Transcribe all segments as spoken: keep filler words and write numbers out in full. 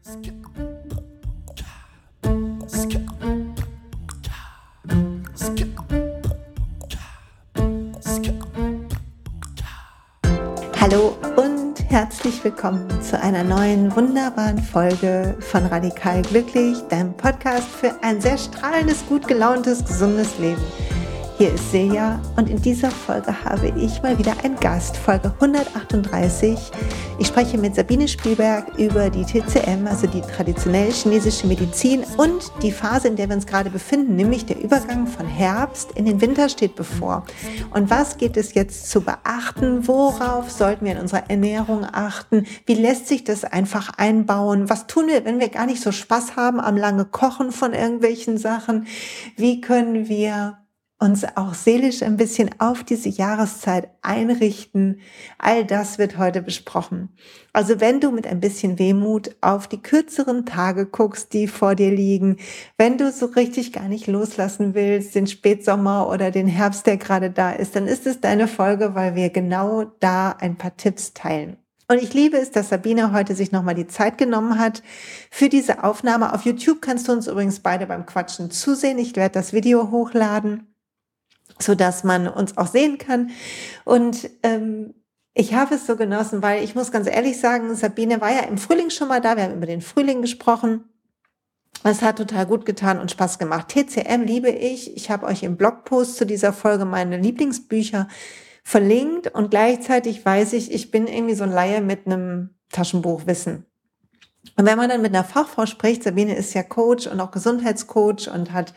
Hallo und herzlich willkommen zu einer neuen wunderbaren Folge von Radikal Glücklich, deinem Podcast für ein sehr strahlendes, gut gelauntes, gesundes Leben. Hier ist Silja und in dieser Folge habe ich mal wieder einen Gast, Folge hundertachtunddreißig. Ich spreche mit Sabine Spielberg über die T C M, also die traditionelle chinesische Medizin und die Phase, in der wir uns gerade befinden, nämlich der Übergang von Herbst in den Winter steht bevor. Und was geht es jetzt zu beachten? Worauf sollten wir in unserer Ernährung achten? Wie lässt sich das einfach einbauen? Was tun wir, wenn wir gar nicht so Spaß haben am lange Kochen von irgendwelchen Sachen? Wie können wir uns auch seelisch ein bisschen auf diese Jahreszeit einrichten? All das wird heute besprochen. Also wenn du mit ein bisschen Wehmut auf die kürzeren Tage guckst, die vor dir liegen, wenn du so richtig gar nicht loslassen willst, den Spätsommer oder den Herbst, der gerade da ist, dann ist es deine Folge, weil wir genau da ein paar Tipps teilen. Und ich liebe es, dass Sabine heute sich nochmal die Zeit genommen hat für diese Aufnahme. Auf YouTube kannst du uns übrigens beide beim Quatschen zusehen. Ich werde das Video hochladen, so dass man uns auch sehen kann. Und ähm, ich habe es so genossen, weil ich muss ganz ehrlich sagen, Sabine war ja im Frühling schon mal da. Wir haben über den Frühling gesprochen. Es hat total gut getan und Spaß gemacht. T C M liebe ich. Ich habe euch im Blogpost zu dieser Folge meine Lieblingsbücher verlinkt. Und gleichzeitig weiß ich, ich bin irgendwie so ein Laie mit einem Taschenbuchwissen. Und wenn man dann mit einer Fachfrau spricht, Sabine ist ja Coach und auch Gesundheitscoach und hat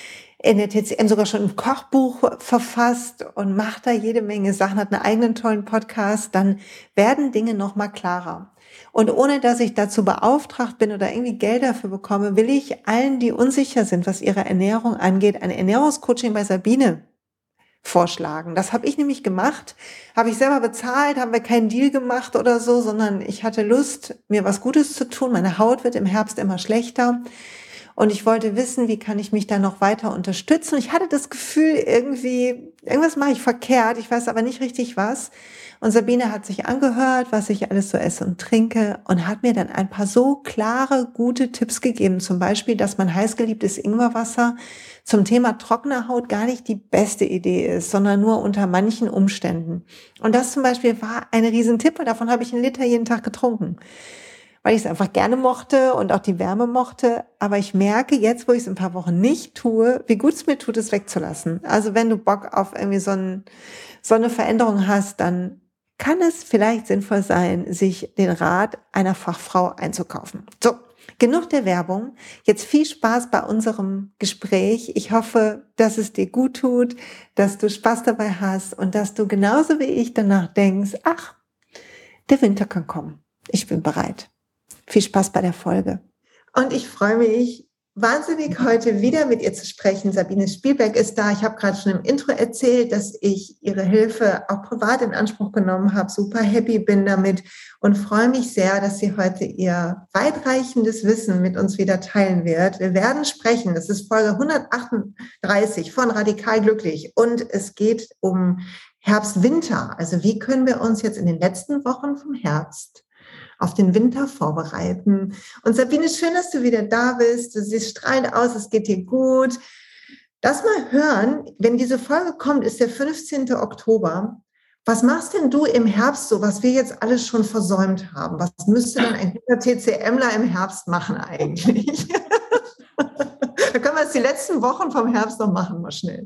in der T C M sogar schon ein Kochbuch verfasst und macht da jede Menge Sachen, hat einen eigenen tollen Podcast, dann werden Dinge noch mal klarer. Und ohne dass ich dazu beauftragt bin oder irgendwie Geld dafür bekomme, will ich allen, die unsicher sind, was ihre Ernährung angeht, ein Ernährungscoaching bei Sabine vorschlagen. Das habe ich nämlich gemacht, habe ich selber bezahlt, haben wir keinen Deal gemacht oder so, sondern ich hatte Lust, mir was Gutes zu tun. Meine Haut wird im Herbst immer schlechter. Und ich wollte wissen, wie kann ich mich da noch weiter unterstützen. Und ich hatte das Gefühl, irgendwie, irgendwas mache ich verkehrt. Ich weiß aber nicht richtig was. Und Sabine hat sich angehört, was ich alles so esse und trinke und hat mir dann ein paar so klare, gute Tipps gegeben. Zum Beispiel, dass mein heißgeliebtes Ingwerwasser zum Thema trockener Haut gar nicht die beste Idee ist, sondern nur unter manchen Umständen. Und das zum Beispiel war ein Riesentipp und davon habe ich einen Liter jeden Tag getrunken, weil ich es einfach gerne mochte und auch die Wärme mochte. Aber ich merke jetzt, wo ich es ein paar Wochen nicht tue, wie gut es mir tut, es wegzulassen. Also wenn du Bock auf irgendwie so, ein, so eine Veränderung hast, dann kann es vielleicht sinnvoll sein, sich den Rat einer Fachfrau einzukaufen. So, genug der Werbung. Jetzt viel Spaß bei unserem Gespräch. Ich hoffe, dass es dir gut tut, dass du Spaß dabei hast und dass du genauso wie ich danach denkst, ach, der Winter kann kommen. Ich bin bereit. Viel Spaß bei der Folge. Und ich freue mich wahnsinnig, heute wieder mit ihr zu sprechen. Sabine Spielberg ist da. Ich habe gerade schon im Intro erzählt, dass ich ihre Hilfe auch privat in Anspruch genommen habe. Super happy bin damit und freue mich sehr, dass sie heute ihr weitreichendes Wissen mit uns wieder teilen wird. Wir werden sprechen. Das ist Folge hundertachtunddreißig von Radikal Glücklich und es geht um Herbst-Winter. Also wie können wir uns jetzt in den letzten Wochen vom Herbst auf den Winter vorbereiten. Und Sabine, schön, dass du wieder da bist. Du siehst strahlend aus, es geht dir gut. Lass mal hören, wenn diese Folge kommt, ist der fünfzehnten Oktober. Was machst denn du im Herbst so, was wir jetzt alles schon versäumt haben? Was müsste denn ein guter TCMler im Herbst machen eigentlich? Da können wir jetzt die letzten Wochen vom Herbst noch machen, mal schnell.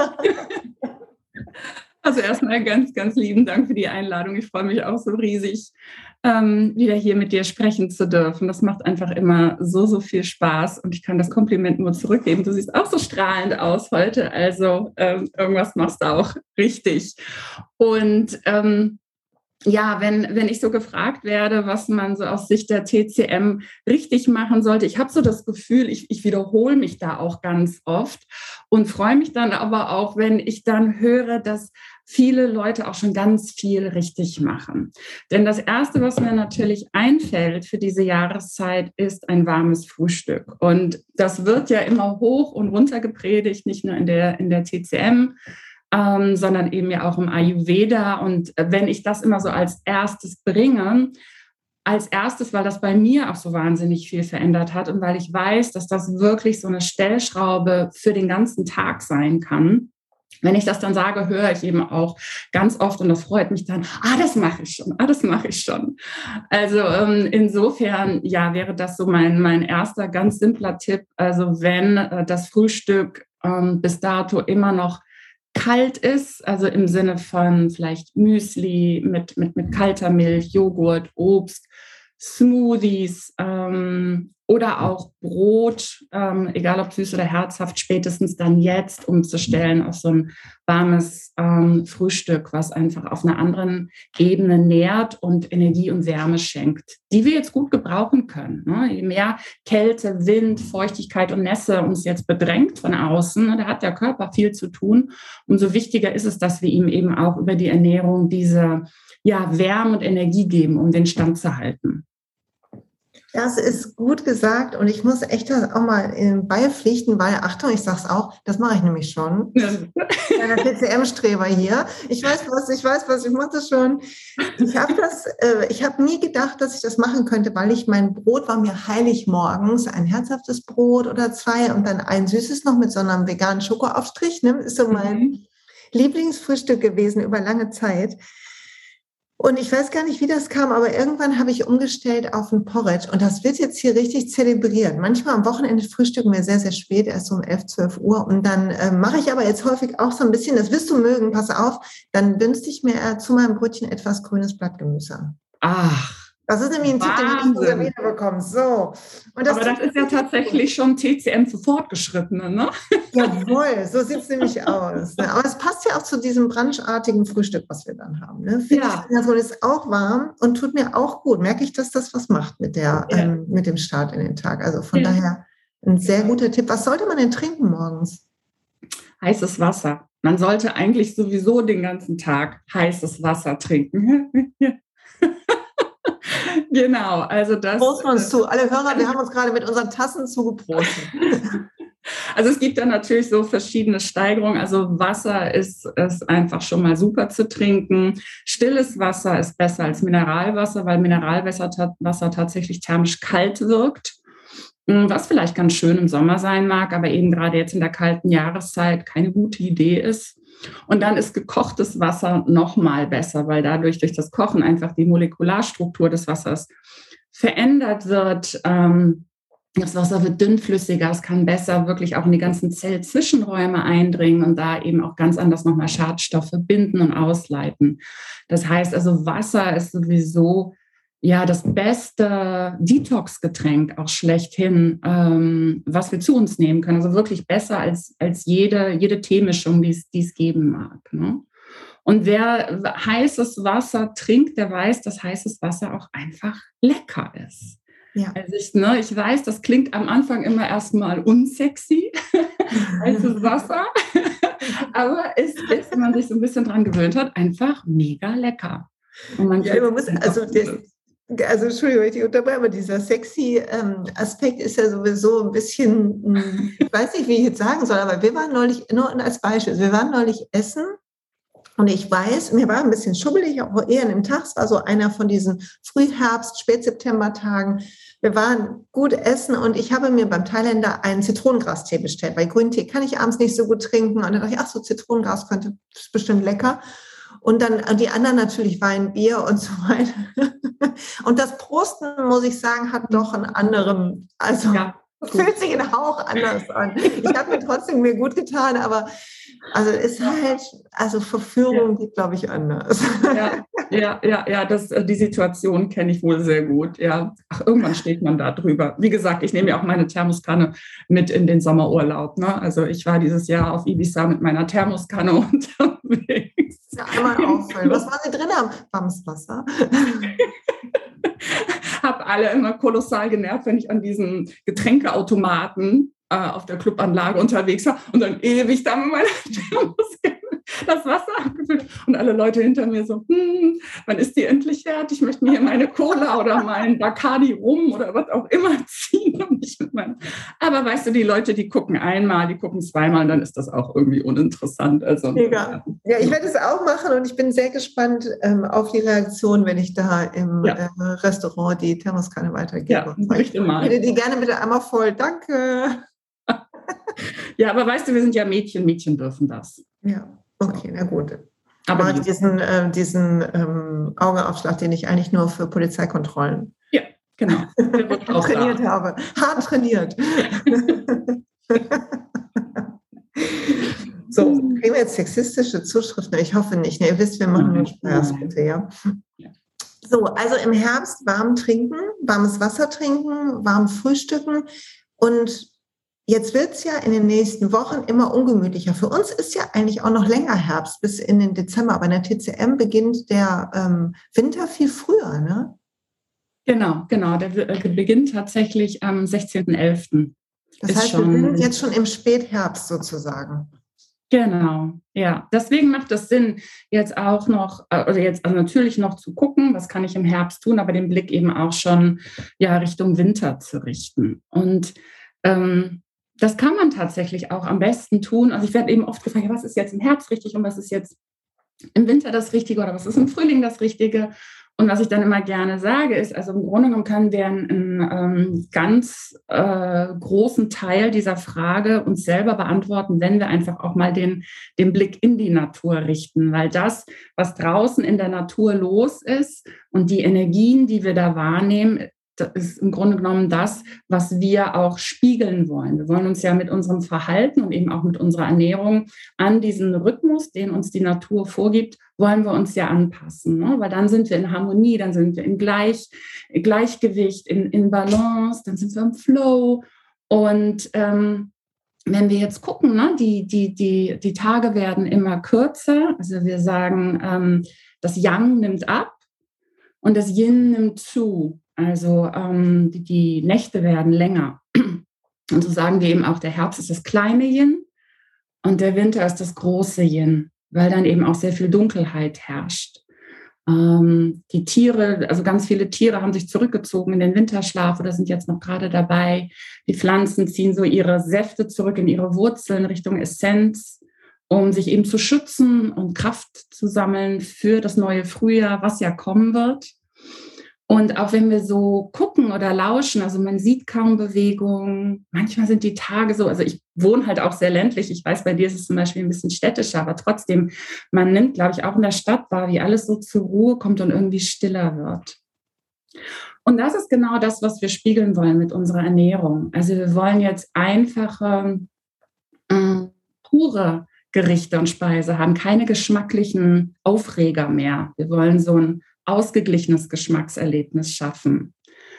Also erstmal ganz, ganz lieben Dank für die Einladung. Ich freue mich auch so riesig, ähm, wieder hier mit dir sprechen zu dürfen. Das macht einfach immer so, so viel Spaß und ich kann das Kompliment nur zurückgeben. Du siehst auch so strahlend aus heute, also ähm, irgendwas machst du auch richtig. Und ähm, ja, wenn, wenn ich so gefragt werde, was man so aus Sicht der T C M richtig machen sollte, ich habe so das Gefühl, ich, ich wiederhole mich da auch ganz oft und freue mich dann aber auch, wenn ich dann höre, dass viele Leute auch schon ganz viel richtig machen. Denn das Erste, was mir natürlich einfällt für diese Jahreszeit, ist ein warmes Frühstück. Und das wird ja immer hoch und runter gepredigt, nicht nur in der, in der T C M, ähm, sondern eben ja auch im Ayurveda. Und wenn ich das immer so als erstes bringe, als erstes, weil das bei mir auch so wahnsinnig viel verändert hat und weil ich weiß, dass das wirklich so eine Stellschraube für den ganzen Tag sein kann. Wenn ich das dann sage, höre ich eben auch ganz oft, und das freut mich dann, ah, das mache ich schon, ah, das mache ich schon. Also ähm, insofern, ja, wäre das so mein, mein erster ganz simpler Tipp. Also wenn äh, das Frühstück ähm, bis dato immer noch kalt ist, also im Sinne von vielleicht Müsli mit, mit, mit kalter Milch, Joghurt, Obst, Smoothies ähm, oder auch Brot, ähm, egal ob süß oder herzhaft, spätestens dann jetzt umzustellen auf so ein warmes ähm, Frühstück, was einfach auf einer anderen Ebene nährt und Energie und Wärme schenkt, die wir jetzt gut gebrauchen können. Ne? Je mehr Kälte, Wind, Feuchtigkeit und Nässe uns jetzt bedrängt von außen, ne, da hat der Körper viel zu tun. Umso wichtiger ist es, dass wir ihm eben auch über die Ernährung diese ja, Wärme und Energie geben, um den Stand zu halten. Das ist gut gesagt und ich muss echt das auch mal beipflichten, weil, Achtung, ich sage es auch, das mache ich nämlich schon. Kleiner T C M-Streber hier. Ich weiß was, ich weiß was, ich mache das schon. Ich habe das, äh, ich habe nie gedacht, dass ich das machen könnte, weil ich mein Brot war mir heilig morgens, ein herzhaftes Brot oder zwei und dann ein süßes noch mit so einem veganen Schokoaufstrich, ne? Ist so mein mhm. Lieblingsfrühstück gewesen über lange Zeit. Und ich weiß gar nicht, wie das kam, aber irgendwann habe ich umgestellt auf ein Porridge und das wird jetzt hier richtig zelebriert. Manchmal am Wochenende frühstücken wir sehr, sehr spät, erst um elf, zwölf Uhr und dann äh, mache ich aber jetzt häufig auch so ein bisschen, das wirst du mögen, pass auf, dann dünste ich mir äh, zu meinem Brötchen etwas grünes Blattgemüse. Ach. Das ist nämlich ein Tipp, den ich von Sabine bekomme. So. Und das aber das ist ja tatsächlich schon T C M für Fortgeschrittene, ne? Jawohl, so sieht es nämlich aus. Ne? Aber es passt ja auch zu diesem brunchartigen Frühstück, was wir dann haben. Ne? Finde ja. ich, also ist auch warm und tut mir auch gut. Merke ich, dass das was macht mit, der, ja. ähm, mit dem Start in den Tag. Also von ja. daher ein sehr guter Tipp. Was sollte man denn trinken morgens? Heißes Wasser. Man sollte eigentlich sowieso den ganzen Tag heißes Wasser trinken. Genau, also das... Prosten uns zu. Alle Hörer, wir haben uns gerade mit unseren Tassen zugeprostet. Also es gibt da natürlich so verschiedene Steigerungen. Also Wasser ist, ist einfach schon mal super zu trinken. Stilles Wasser ist besser als Mineralwasser, weil Mineralwasser Wasser tatsächlich thermisch kalt wirkt. Was vielleicht ganz schön im Sommer sein mag, aber eben gerade jetzt in der kalten Jahreszeit keine gute Idee ist. Und dann ist gekochtes Wasser noch mal besser, weil dadurch durch das Kochen einfach die Molekularstruktur des Wassers verändert wird. Das Wasser wird dünnflüssiger, es kann besser wirklich auch in die ganzen Zellzwischenräume eindringen und da eben auch ganz anders nochmal Schadstoffe binden und ausleiten. Das heißt also, Wasser ist sowieso ja das beste Detox-Getränk auch schlechthin, ähm, was wir zu uns nehmen können. Also wirklich besser als, als jede, jede Teemischung, die es geben mag. Ne? Und wer heißes Wasser trinkt, der weiß, dass heißes Wasser auch einfach lecker ist. Ja. Also ich, ne, ich weiß, das klingt am Anfang immer erstmal unsexy, heißes Wasser, aber es ist, wenn man sich so ein bisschen dran gewöhnt hat, einfach mega lecker. Und man ja, man muss, also der, Also Entschuldigung, ich unterbreche, aber dieser sexy ähm, Aspekt ist ja sowieso ein bisschen, ich weiß nicht, wie ich jetzt sagen soll, aber wir waren neulich, nur als Beispiel, wir waren neulich essen und ich weiß, mir war ein bisschen schubbelig, auch eher im Tag, es war so einer von diesen Frühherbst-, Spätseptember-Tagen. Wir waren gut essen und ich habe mir beim Thailänder einen Zitronengrastee bestellt, weil Grüntee kann ich abends nicht so gut trinken und dann dachte ich, ach so, Zitronengras könnte, ist bestimmt lecker. Und dann die anderen natürlich Wein, Bier und so weiter. Und das Prosten, muss ich sagen, hat doch einen anderen, also ja, fühlt sich ein Hauch anders an. Ich habe mir trotzdem mir gut getan, aber also ist halt, also Verführung ja. geht, glaube ich, anders. Ja, ja, ja, ja das, die Situation kenne ich wohl sehr gut. Ja. Ach, irgendwann steht man da drüber. Wie gesagt, ich nehme ja auch meine Thermoskanne mit in den Sommerurlaub. Ne? Also ich war dieses Jahr auf Ibiza mit meiner Thermoskanne unterwegs. Ja, einmal auffüllen. Was war denn drin am warmes Wasser? Habe alle immer kolossal genervt, wenn ich an diesen Getränkeautomaten äh, auf der Clubanlage unterwegs war und dann ewig da mit meiner Thermoskanne das Wasser abgefüllt und alle Leute hinter mir so, hm, wann ist die endlich fertig? Ich möchte mir hier meine Cola oder meinen Bacardi rum oder was auch immer ziehen. Und nicht mit meinem. Aber weißt du, die Leute, die gucken einmal, die gucken zweimal, dann ist das auch irgendwie uninteressant. Also, Mega. Ja, ich werde es auch machen und ich bin sehr gespannt ähm, auf die Reaktion, wenn ich da im ja. äh, Restaurant die Thermoskanne weitergebe. Ja, berichte mal. Ich würde die gerne bitte einmal voll. Danke. Ja, aber weißt du, wir sind ja Mädchen, Mädchen dürfen das. Ja, okay, na gut. Aber die diesen, äh, diesen ähm, Augenaufschlag, den ich eigentlich nur für Polizeikontrollen ja, genau. trainiert da. habe. Hart trainiert. So, kriegen wir jetzt sexistische Zuschriften? Ich hoffe nicht. Ne, ihr wisst, wir machen nur Spaß, bitte, ja? ja. So, also im Herbst warm trinken, warmes Wasser trinken, warm frühstücken und jetzt wird es ja in den nächsten Wochen immer ungemütlicher. Für uns ist ja eigentlich auch noch länger Herbst, bis in den Dezember. Aber in der T C M beginnt der ähm, Winter viel früher, ne? Genau, genau. Der beginnt tatsächlich am sechzehnten elften Das ist heißt, schon, wir sind jetzt schon im Spätherbst sozusagen. Genau, ja. Deswegen macht es Sinn, jetzt auch noch, oder jetzt also natürlich noch zu gucken, was kann ich im Herbst tun, aber den Blick eben auch schon ja, Richtung Winter zu richten. Und ähm, das kann man tatsächlich auch am besten tun. Also ich werde eben oft gefragt, was ist jetzt im Herbst richtig und was ist jetzt im Winter das Richtige oder was ist im Frühling das Richtige? Und was ich dann immer gerne sage, ist, also im Grunde genommen können wir einen, einen ganz äh, großen Teil dieser Frage uns selber beantworten, wenn wir einfach auch mal den, den Blick in die Natur richten. Weil das, was draußen in der Natur los ist und die Energien, die wir da wahrnehmen, das ist im Grunde genommen das, was wir auch spiegeln wollen. Wir wollen uns ja mit unserem Verhalten und eben auch mit unserer Ernährung an diesen Rhythmus, den uns die Natur vorgibt, wollen wir uns ja anpassen. Ne? Weil dann sind wir in Harmonie, dann sind wir in Gleich, Gleichgewicht, in, in Balance, dann sind wir im Flow. Und ähm, wenn wir jetzt gucken, ne, die, die, die, die Tage werden immer kürzer. Also wir sagen, ähm, das Yang nimmt ab und das Yin nimmt zu. Also ähm, die, die Nächte werden länger. Und so sagen wir eben auch, der Herbst ist das kleine Yin und der Winter ist das große Yin, weil dann eben auch sehr viel Dunkelheit herrscht. Ähm, die Tiere, also ganz viele Tiere haben sich zurückgezogen in den Winterschlaf oder sind jetzt noch gerade dabei. Die Pflanzen ziehen so ihre Säfte zurück in ihre Wurzeln Richtung Essenz, um sich eben zu schützen und Kraft zu sammeln für das neue Frühjahr, was ja kommen wird. Und auch wenn wir so gucken oder lauschen, also man sieht kaum Bewegung, manchmal sind die Tage so, also ich wohne halt auch sehr ländlich, ich weiß, bei dir ist es zum Beispiel ein bisschen städtischer, aber trotzdem, man nimmt, glaube ich, auch in der Stadt wahr, wie alles so zur Ruhe kommt und irgendwie stiller wird. Und das ist genau das, was wir spiegeln wollen mit unserer Ernährung. Also wir wollen jetzt einfache, äh, pure Gerichte und Speise haben, keine geschmacklichen Aufreger mehr. Wir wollen so ein ausgeglichenes Geschmackserlebnis schaffen.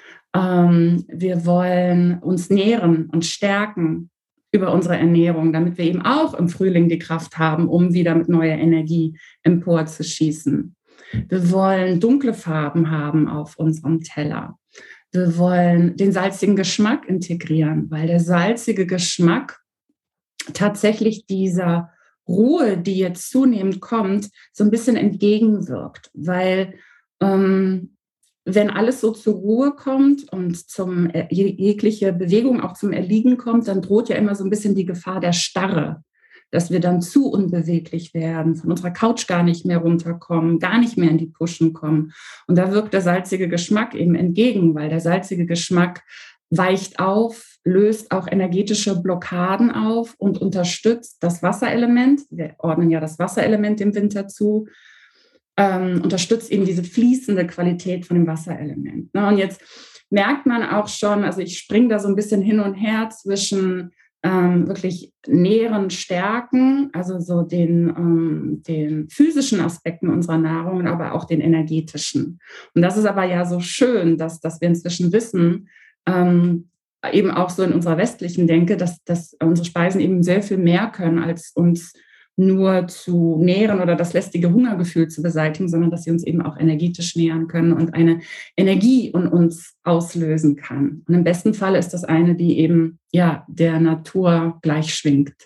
Ähm, wir wollen uns nähren und stärken über unsere Ernährung, damit wir eben auch im Frühling die Kraft haben, um wieder mit neuer Energie emporzuschießen. Wir wollen dunkle Farben haben auf unserem Teller. Wir wollen den salzigen Geschmack integrieren, weil der salzige Geschmack tatsächlich dieser Ruhe, die jetzt zunehmend kommt, so ein bisschen entgegenwirkt, weil ähm, wenn alles so zur Ruhe kommt und zum jegliche Bewegung auch zum Erliegen kommt, dann droht ja immer so ein bisschen die Gefahr der Starre, dass wir dann zu unbeweglich werden, von unserer Couch gar nicht mehr runterkommen, gar nicht mehr in die Puschen kommen. Und da wirkt der salzige Geschmack eben entgegen, weil der salzige Geschmack weicht auf, löst auch energetische Blockaden auf und unterstützt das Wasserelement. Wir ordnen ja das Wasserelement im Winter zu, ähm, unterstützt eben diese fließende Qualität von dem Wasserelement. Ne? Und jetzt merkt man auch schon, also ich springe da so ein bisschen hin und her zwischen ähm, wirklich nähren Stärken, also so den, ähm, den physischen Aspekten unserer Nahrung, aber auch den energetischen. Und das ist aber ja so schön, dass, dass wir inzwischen wissen, ähm, eben auch so in unserer westlichen Denke, dass, dass unsere Speisen eben sehr viel mehr können, als uns nur zu nähren oder das lästige Hungergefühl zu beseitigen, sondern dass sie uns eben auch energetisch nähren können und eine Energie in uns auslösen kann. Und im besten Fall ist das eine, die eben ja der Natur gleich schwingt.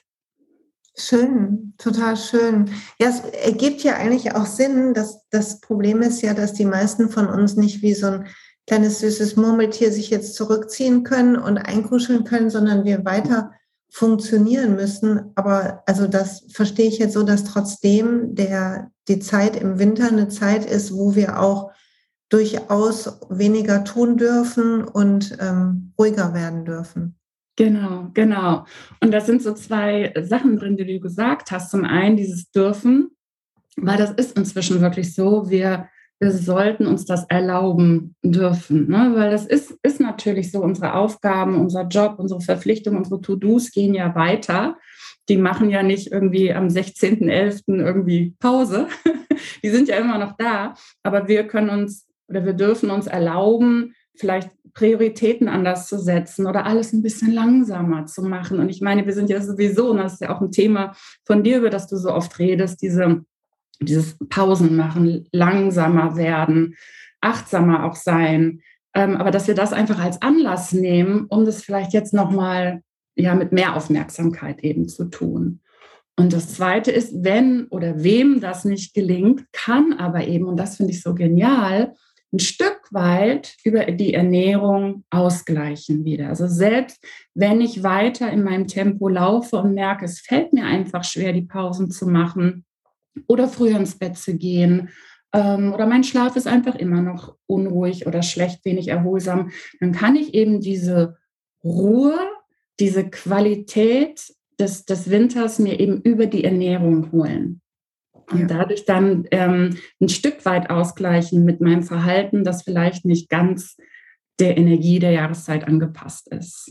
Schön, total schön. Ja, es ergibt ja eigentlich auch Sinn, dass das Problem ist ja, dass die meisten von uns nicht wie so ein kleines süßes Murmeltier sich jetzt zurückziehen können und einkuscheln können, sondern wir weiter funktionieren müssen. Aber also das verstehe ich jetzt so, dass trotzdem der, die Zeit im Winter eine Zeit ist, wo wir auch durchaus weniger tun dürfen und ähm, ruhiger werden dürfen. Genau, genau. Und das sind so zwei Sachen drin, die du gesagt hast. Zum einen dieses Dürfen, weil das ist inzwischen wirklich so, wir, wir sollten uns das erlauben dürfen, ne? Weil das ist, ist natürlich so, unsere Aufgaben, unser Job, unsere Verpflichtungen, unsere To-Dos gehen ja weiter. Die machen ja nicht irgendwie am sechzehnten elften irgendwie Pause. Die sind ja immer noch da, aber wir können uns oder wir dürfen uns erlauben, vielleicht Prioritäten anders zu setzen oder alles ein bisschen langsamer zu machen. Und ich meine, wir sind ja sowieso, und das ist ja auch ein Thema von dir, über das du so oft redest, diese dieses Pausen machen, langsamer werden, achtsamer auch sein, ähm, aber dass wir das einfach als Anlass nehmen, um das vielleicht jetzt nochmal ja, mit mehr Aufmerksamkeit eben zu tun. Und das Zweite ist, wenn oder wem das nicht gelingt, kann aber eben, und das finde ich so genial, ein Stück weit über die Ernährung ausgleichen wieder. Also selbst wenn ich weiter in meinem Tempo laufe und merke, es fällt mir einfach schwer, die Pausen zu machen, oder früher ins Bett zu gehen ähm, oder mein Schlaf ist einfach immer noch unruhig oder schlecht, wenig erholsam, dann kann ich eben diese Ruhe, diese Qualität des, des Winters mir eben über die Ernährung holen. Und ja. dadurch dann ähm, ein Stück weit ausgleichen mit meinem Verhalten, das vielleicht nicht ganz der Energie der Jahreszeit angepasst ist.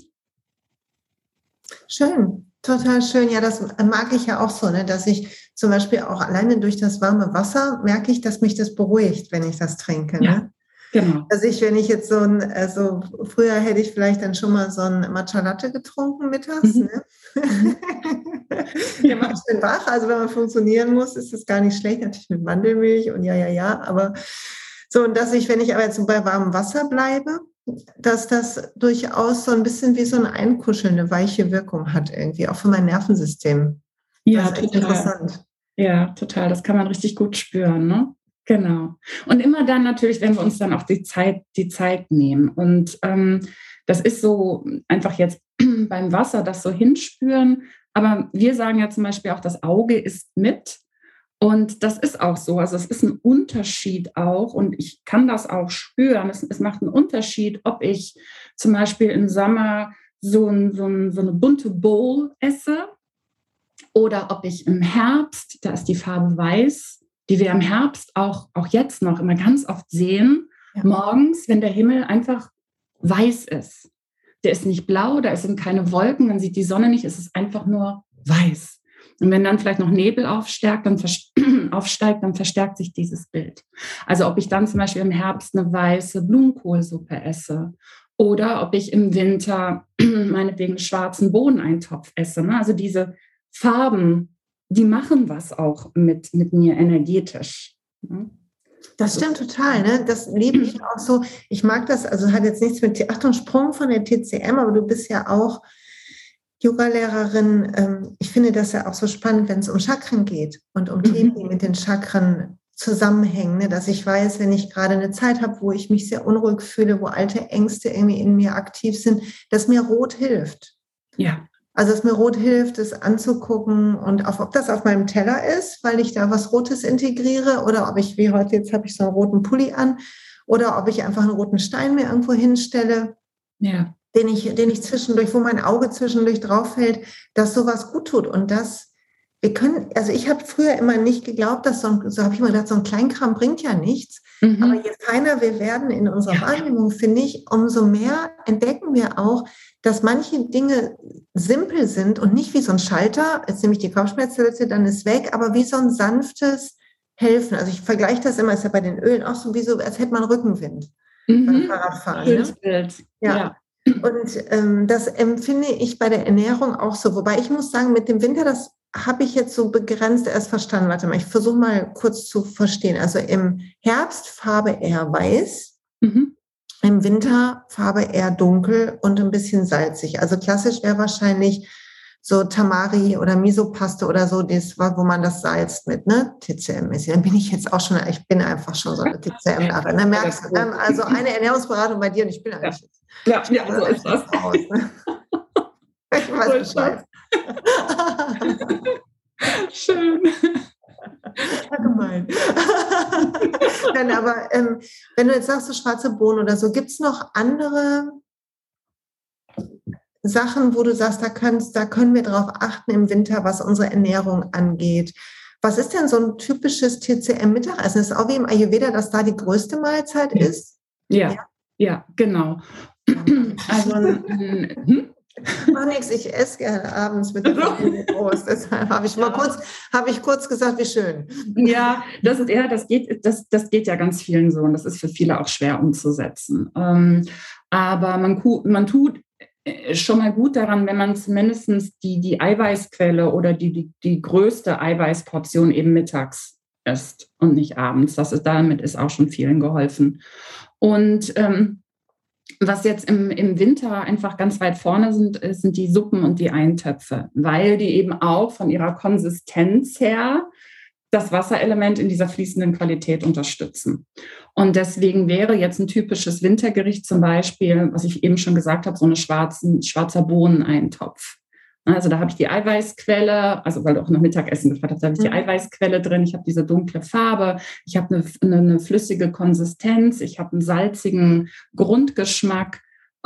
Schön. Total schön. Ja, das mag ich ja auch so, ne, dass ich zum Beispiel auch alleine durch das warme Wasser merke ich, dass mich das beruhigt, wenn ich das trinke. Ja, ne? Genau. Also ich, wenn ich jetzt so ein, also früher hätte ich vielleicht dann schon mal so ein Matcha Latte getrunken mittags. Mhm. Ne? Der macht schön wach. Also wenn man funktionieren muss, ist das gar nicht schlecht. Natürlich mit Mandelmilch und ja, ja, ja. Aber so, und dass ich, wenn ich aber jetzt bei warmem Wasser bleibe, dass das durchaus so ein bisschen wie so ein Einkuscheln, eine weiche Wirkung hat irgendwie, auch für mein Nervensystem. Ja, das ist echt total. Interessant. Ja, total. Das kann man richtig gut spüren, ne? Genau. Und immer dann natürlich, wenn wir uns dann auch die Zeit, die Zeit nehmen. Und ähm, das ist so einfach jetzt beim Wasser das so hinspüren. Aber wir sagen ja zum Beispiel auch, das Auge ist mit. Und das ist auch so. Also es ist ein Unterschied auch. Und ich kann das auch spüren. Es, es macht einen Unterschied, ob ich zum Beispiel im Sommer so, ein, so, ein, so eine bunte Bowl esse oder ob ich im Herbst, da ist die Farbe weiß, die wir im Herbst auch, auch jetzt noch immer ganz oft sehen, ja. morgens, wenn der Himmel einfach weiß ist. Der ist nicht blau, da sind keine Wolken, man sieht die Sonne nicht, es ist einfach nur weiß. Und wenn dann vielleicht noch Nebel aufsteigt, dann, aufsteigt, dann verstärkt sich dieses Bild. Also ob ich dann zum Beispiel im Herbst eine weiße Blumenkohlsuppe esse oder ob ich im Winter meinetwegen schwarzen Bohneneintopf esse. Ne? Also diese Farben, die machen was auch mit, mit mir energetisch. Ne? Das stimmt total, ne? Das liebe ich auch so. Ich mag das, also hat jetzt nichts mit, Achtung, Sprung von der T C M, aber du bist ja auch Yoga-Lehrerin. Ich finde das ja auch so spannend, wenn es um Chakren geht und um mhm. Themen, die mit den Chakren zusammenhängen, ne? Dass ich weiß, wenn ich gerade eine Zeit habe, wo ich mich sehr unruhig fühle, wo alte Ängste irgendwie in mir aktiv sind, dass mir Rot hilft. Ja. Also dass mir Rot hilft, es anzugucken und auch, ob das auf meinem Teller ist, weil ich da was Rotes integriere oder ob ich, wie heute, jetzt habe ich so einen roten Pulli an oder ob ich einfach einen roten Stein mir irgendwo hinstelle. Ja. Den ich, den ich zwischendurch, wo mein Auge zwischendurch drauf fällt, dass sowas gut tut. Und das, wir können, also ich habe früher immer nicht geglaubt, dass so, ein, so habe ich immer gedacht, so ein Kleinkram bringt ja nichts. Mhm. Aber je feiner wir werden in unserer ja. Wahrnehmung, finde ich, umso mehr entdecken wir auch, dass manche Dinge simpel sind und nicht wie so ein Schalter, jetzt nehme ich die Kopfschmerztablette, dann ist weg, aber wie so ein sanftes Helfen. Also ich vergleiche das immer, ist ja bei den Ölen auch so, wie so, als hätte man Rückenwind mhm. beim Fahrradfahren. Schönes ne? Bild. Ja. ja. Und ähm, das empfinde ich bei der Ernährung auch so. Wobei ich muss sagen, mit dem Winter, das habe ich jetzt so begrenzt erst verstanden. Warte mal, ich versuche mal kurz zu verstehen. Also im Herbst Farbe eher weiß, mhm. im Winter Farbe eher dunkel und ein bisschen salzig. Also klassisch wäre wahrscheinlich so Tamari oder Misopaste oder so, das war, wo man das salzt mit, ne? T C M-mäßig. Dann bin ich jetzt auch schon, ich bin einfach schon so eine T C M-Lache. Dann merkst du, ähm, also eine Ernährungsberatung bei dir und ich bin eigentlich. Ja, ja, ja, so ist das. Raus, ne? Ich weiß Bescheid. Schön. Ja, gemein. Nein, aber ähm, wenn du jetzt sagst, so schwarze Bohnen oder so, gibt es noch andere Sachen, wo du sagst, da, kannst, da können wir drauf achten im Winter, was unsere Ernährung angeht? Was ist denn so ein typisches T C M-Mittagessen? Ist auch wie im Ayurveda, dass da die größte Mahlzeit ist? Ja, ja, ja, genau. Also, hm? Mach nichts, ich esse gerne abends mit der Familie Prost. Deshalb habe ich mal kurz, habe ich kurz gesagt, wie schön. Ja, das, ja, das geht, das, das geht ja ganz vielen so und das ist für viele auch schwer umzusetzen. Ähm, aber man, man tut schon mal gut daran, wenn man zumindest die, die Eiweißquelle oder die, die, die größte Eiweißportion eben mittags isst und nicht abends. Das ist, damit ist auch schon vielen geholfen. Und ähm, was jetzt im, im Winter einfach ganz weit vorne sind, sind die Suppen und die Eintöpfe, weil die eben auch von ihrer Konsistenz her das Wasserelement in dieser fließenden Qualität unterstützen. Und deswegen wäre jetzt ein typisches Wintergericht zum Beispiel, was ich eben schon gesagt habe, so eine schwarzen, schwarzer Bohneneintopf. Also da habe ich die Eiweißquelle, also weil du auch noch Mittagessen gefragt hast, da habe ich die Eiweißquelle drin, ich habe diese dunkle Farbe, ich habe eine, eine, eine flüssige Konsistenz, ich habe einen salzigen Grundgeschmack.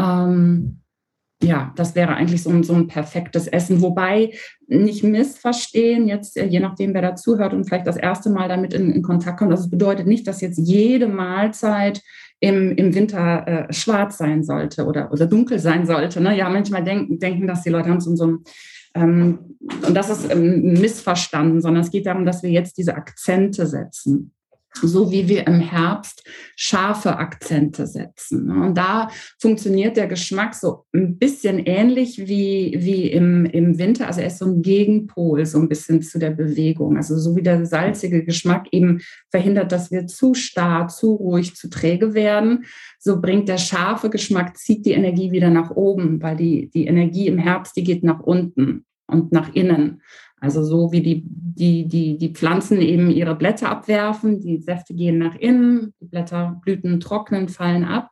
Ähm, ja, das wäre eigentlich so ein, so ein perfektes Essen. Wobei, nicht missverstehen, jetzt je nachdem, wer dazuhört und vielleicht das erste Mal damit in, in Kontakt kommt, das bedeutet nicht, dass jetzt jede Mahlzeit im, im Winter äh, schwarz sein sollte oder, oder dunkel sein sollte. Ne? Ja, manchmal denken, denken, dass die Leute haben so, so ein, ähm, und das ist ähm, missverstanden, sondern es geht darum, dass wir jetzt diese Akzente setzen. So wie wir im Herbst scharfe Akzente setzen. Und da funktioniert der Geschmack so ein bisschen ähnlich wie, wie im, im Winter. Also er ist so ein Gegenpol, so ein bisschen zu der Bewegung. Also so wie der salzige Geschmack eben verhindert, dass wir zu starr, zu ruhig, zu träge werden. So bringt der scharfe Geschmack, zieht die Energie wieder nach oben, weil die, die Energie im Herbst, die geht nach unten und nach innen. Also so wie die, die, die, die Pflanzen eben ihre Blätter abwerfen, die Säfte gehen nach innen, die Blätter, Blüten trocknen, fallen ab.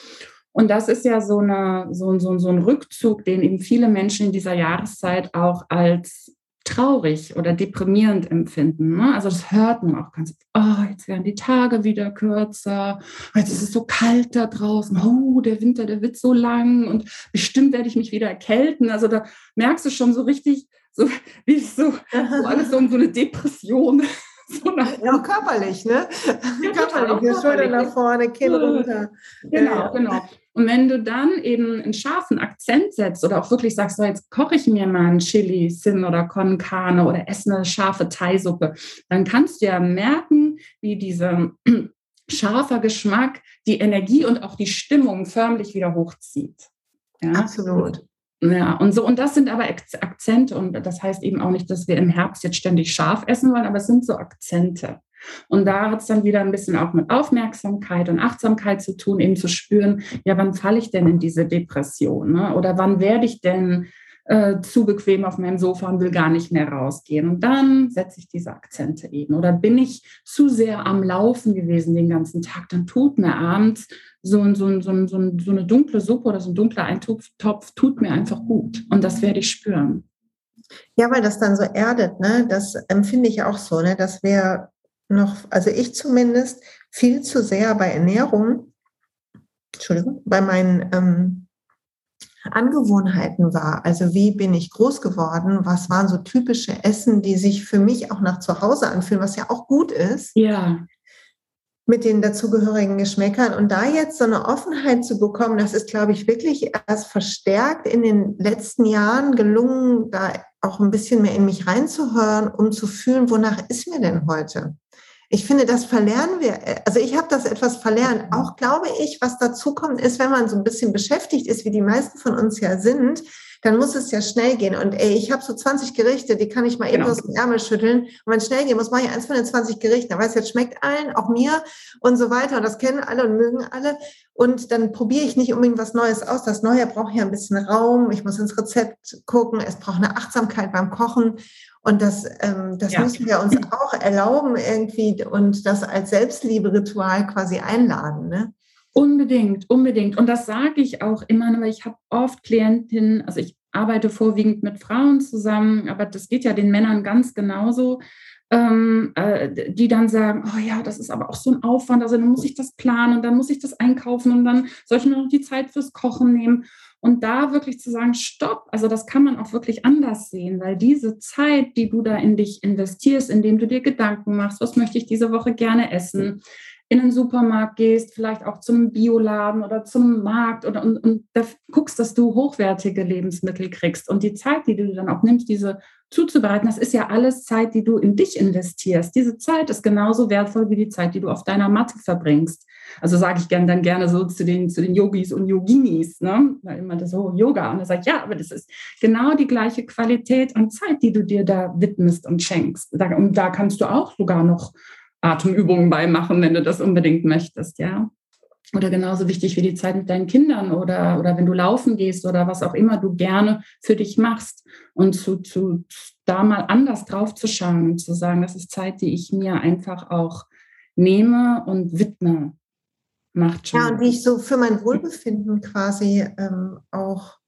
Und das ist ja so, eine, so, so, so ein Rückzug, den eben viele Menschen in dieser Jahreszeit auch als traurig oder deprimierend empfinden. Ne? Also das hört man auch ganz, oh, jetzt werden die Tage wieder kürzer, jetzt ist es so kalt da draußen, oh, der Winter, der wird so lang und bestimmt werde ich mich wieder erkälten. Also da merkst du schon so richtig, so wie so, so alles so, so eine Depression. So ja, auch körperlich, ne? Ja, körperlich, die Schulter nach vorne, Kinn runter. Genau, ja, genau. Und wenn du dann eben einen scharfen Akzent setzt oder auch wirklich sagst, so jetzt koche ich mir mal einen Chili, Sin oder Con Carne oder esse eine scharfe Thai-Suppe, dann kannst du ja merken, wie dieser scharfer Geschmack die Energie und auch die Stimmung förmlich wieder hochzieht. Ja? Absolut. Ja, und so, und das sind aber Akzente und das heißt eben auch nicht, dass wir im Herbst jetzt ständig scharf essen wollen, aber es sind so Akzente. Und da hat es dann wieder ein bisschen auch mit Aufmerksamkeit und Achtsamkeit zu tun, eben zu spüren, ja, wann falle ich denn in diese Depression, ne? Oder wann werde ich denn äh, zu bequem auf meinem Sofa und will gar nicht mehr rausgehen. Und dann setze ich diese Akzente eben. Oder bin ich zu sehr am Laufen gewesen den ganzen Tag, dann tut mir abends so, so, so, so, so eine dunkle Suppe oder so ein dunkler Eintopf Topf, tut mir einfach gut. Und das werde ich spüren. Ja, weil das dann so erdet, ne? Das empfinde ich auch so, ne? Dass wir noch, also ich zumindest, viel zu sehr bei Ernährung, Entschuldigung, bei meinen ähm, Angewohnheiten war. Also wie bin ich groß geworden? Was waren so typische Essen, die sich für mich auch nach zu Hause anfühlen, was ja auch gut ist. Ja. Mit den dazugehörigen Geschmäckern. Und da jetzt so eine Offenheit zu bekommen, das ist, glaube ich, wirklich erst verstärkt in den letzten Jahren gelungen, da auch ein bisschen mehr in mich reinzuhören, um zu fühlen, wonach ist mir denn heute? Ich finde, das verlernen wir. Also ich habe das etwas verlernt. Auch glaube ich, was dazu kommt, ist, wenn man so ein bisschen beschäftigt ist, wie die meisten von uns ja sind, dann muss es ja schnell gehen. Und ey, ich habe so zwanzig Gerichte, die kann ich mal eben Genau. aus dem Ärmel schütteln. Und wenn es schnell gehen muss, mache ich eins von den zwanzig Gerichten. Aber es jetzt schmeckt allen, auch mir und so weiter. Und das kennen alle und mögen alle. Und dann probiere ich nicht unbedingt was Neues aus. Das Neue braucht ja ein bisschen Raum. Ich muss ins Rezept gucken. Es braucht eine Achtsamkeit beim Kochen. Und das, ähm, das ja. müssen wir uns auch erlauben irgendwie und das als Selbstliebe-Ritual quasi einladen, ne? Unbedingt, unbedingt. Und das sage ich auch immer, weil ich habe oft Klientinnen, also ich arbeite vorwiegend mit Frauen zusammen, aber das geht ja den Männern ganz genauso, ähm, äh, die dann sagen, oh ja, das ist aber auch so ein Aufwand, also dann muss ich das planen und dann muss ich das einkaufen und dann soll ich mir noch die Zeit fürs Kochen nehmen. Und da wirklich zu sagen, stopp, also das kann man auch wirklich anders sehen, weil diese Zeit, die du da in dich investierst, indem du dir Gedanken machst, was möchte ich diese Woche gerne essen, in den Supermarkt gehst, vielleicht auch zu einem Bioladen oder zu einem Markt oder, und, und da guckst, dass du hochwertige Lebensmittel kriegst. Und die Zeit, die du dann auch nimmst, diese zuzubereiten, das ist ja alles Zeit, die du in dich investierst. Diese Zeit ist genauso wertvoll wie die Zeit, die du auf deiner Matte verbringst. Also sage ich gern, dann gerne so zu den, zu den Yogis und Yoginis, ne? Weil immer das so Yoga. Und er sagt, ja, aber das ist genau die gleiche Qualität an Zeit, die du dir da widmest und schenkst. Und da kannst du auch sogar noch Atemübungen beimachen, wenn du das unbedingt möchtest, ja. Oder genauso wichtig wie die Zeit mit deinen Kindern oder, oder wenn du laufen gehst oder was auch immer du gerne für dich machst und zu, zu, da mal anders drauf zu schauen und zu sagen, das ist Zeit, die ich mir einfach auch nehme und widme. Macht schon. Ja, und die ich so für mein Wohlbefinden quasi ähm, auch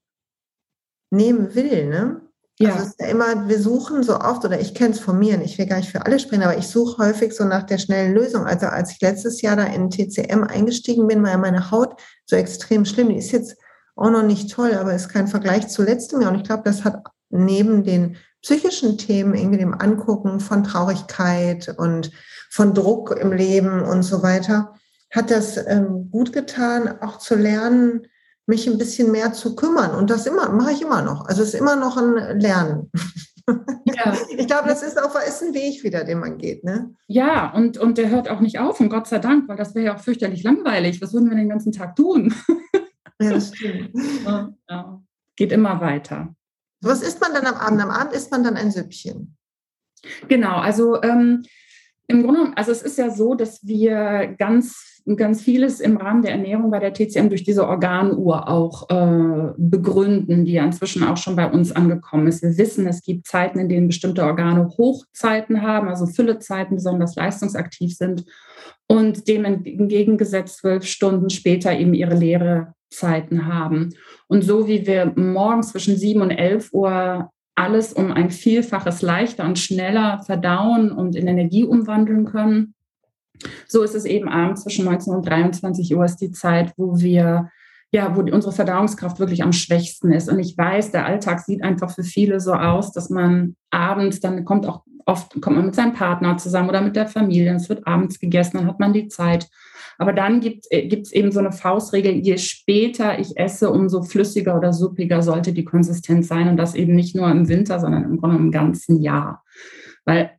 nehmen will, ne? Ja. Also es ist ja immer, wir suchen so oft, oder ich kenne es von mir, ich will gar nicht für alle sprechen, aber ich suche häufig so nach der schnellen Lösung. Also als ich letztes Jahr da in T C M eingestiegen bin, war ja meine Haut so extrem schlimm. Die ist jetzt auch noch nicht toll, aber ist kein Vergleich zu letztem Jahr. Und ich glaube, das hat neben den psychischen Themen, irgendwie dem Angucken von Traurigkeit und von Druck im Leben und so weiter, hat das ähm, gut getan, auch zu lernen, mich ein bisschen mehr zu kümmern. Und das immer mache ich immer noch. Also es ist immer noch ein Lernen. Ja. Ich glaube, das ist auch ist ein Weg wieder, den man geht. Ne? Ja, und, und der hört auch nicht auf. Und Gott sei Dank, weil das wäre ja auch fürchterlich langweilig. Was würden wir den ganzen Tag tun? Ja, das stimmt. Ja, ja. Geht immer weiter. Was isst man dann am Abend? Am Abend isst man dann ein Süppchen. Genau, also ähm, im Grunde, also es ist ja so, dass wir ganz ganz vieles im Rahmen der Ernährung bei der T C M durch diese Organuhr auch äh, begründen, die ja inzwischen auch schon bei uns angekommen ist. Wir wissen, es gibt Zeiten, in denen bestimmte Organe Hochzeiten haben, also Füllezeiten, besonders leistungsaktiv sind und dem entgegengesetzt zwölf Stunden später eben ihre Leerezeiten haben. Und so wie wir morgens zwischen sieben und elf Uhr alles um ein Vielfaches leichter und schneller verdauen und in Energie umwandeln können, so ist es eben abends zwischen neunzehn und dreiundzwanzig Uhr ist die Zeit, wo wir, ja, wo die, unsere Verdauungskraft wirklich am schwächsten ist. Und ich weiß, der Alltag sieht einfach für viele so aus, dass man abends, dann kommt auch oft, kommt man mit seinem Partner zusammen oder mit der Familie, es wird abends gegessen, dann hat man die Zeit. Aber dann gibt es eben so eine Faustregel, je später ich esse, umso flüssiger oder suppiger sollte die Konsistenz sein. Und das eben nicht nur im Winter, sondern im Grunde im ganzen Jahr. Weil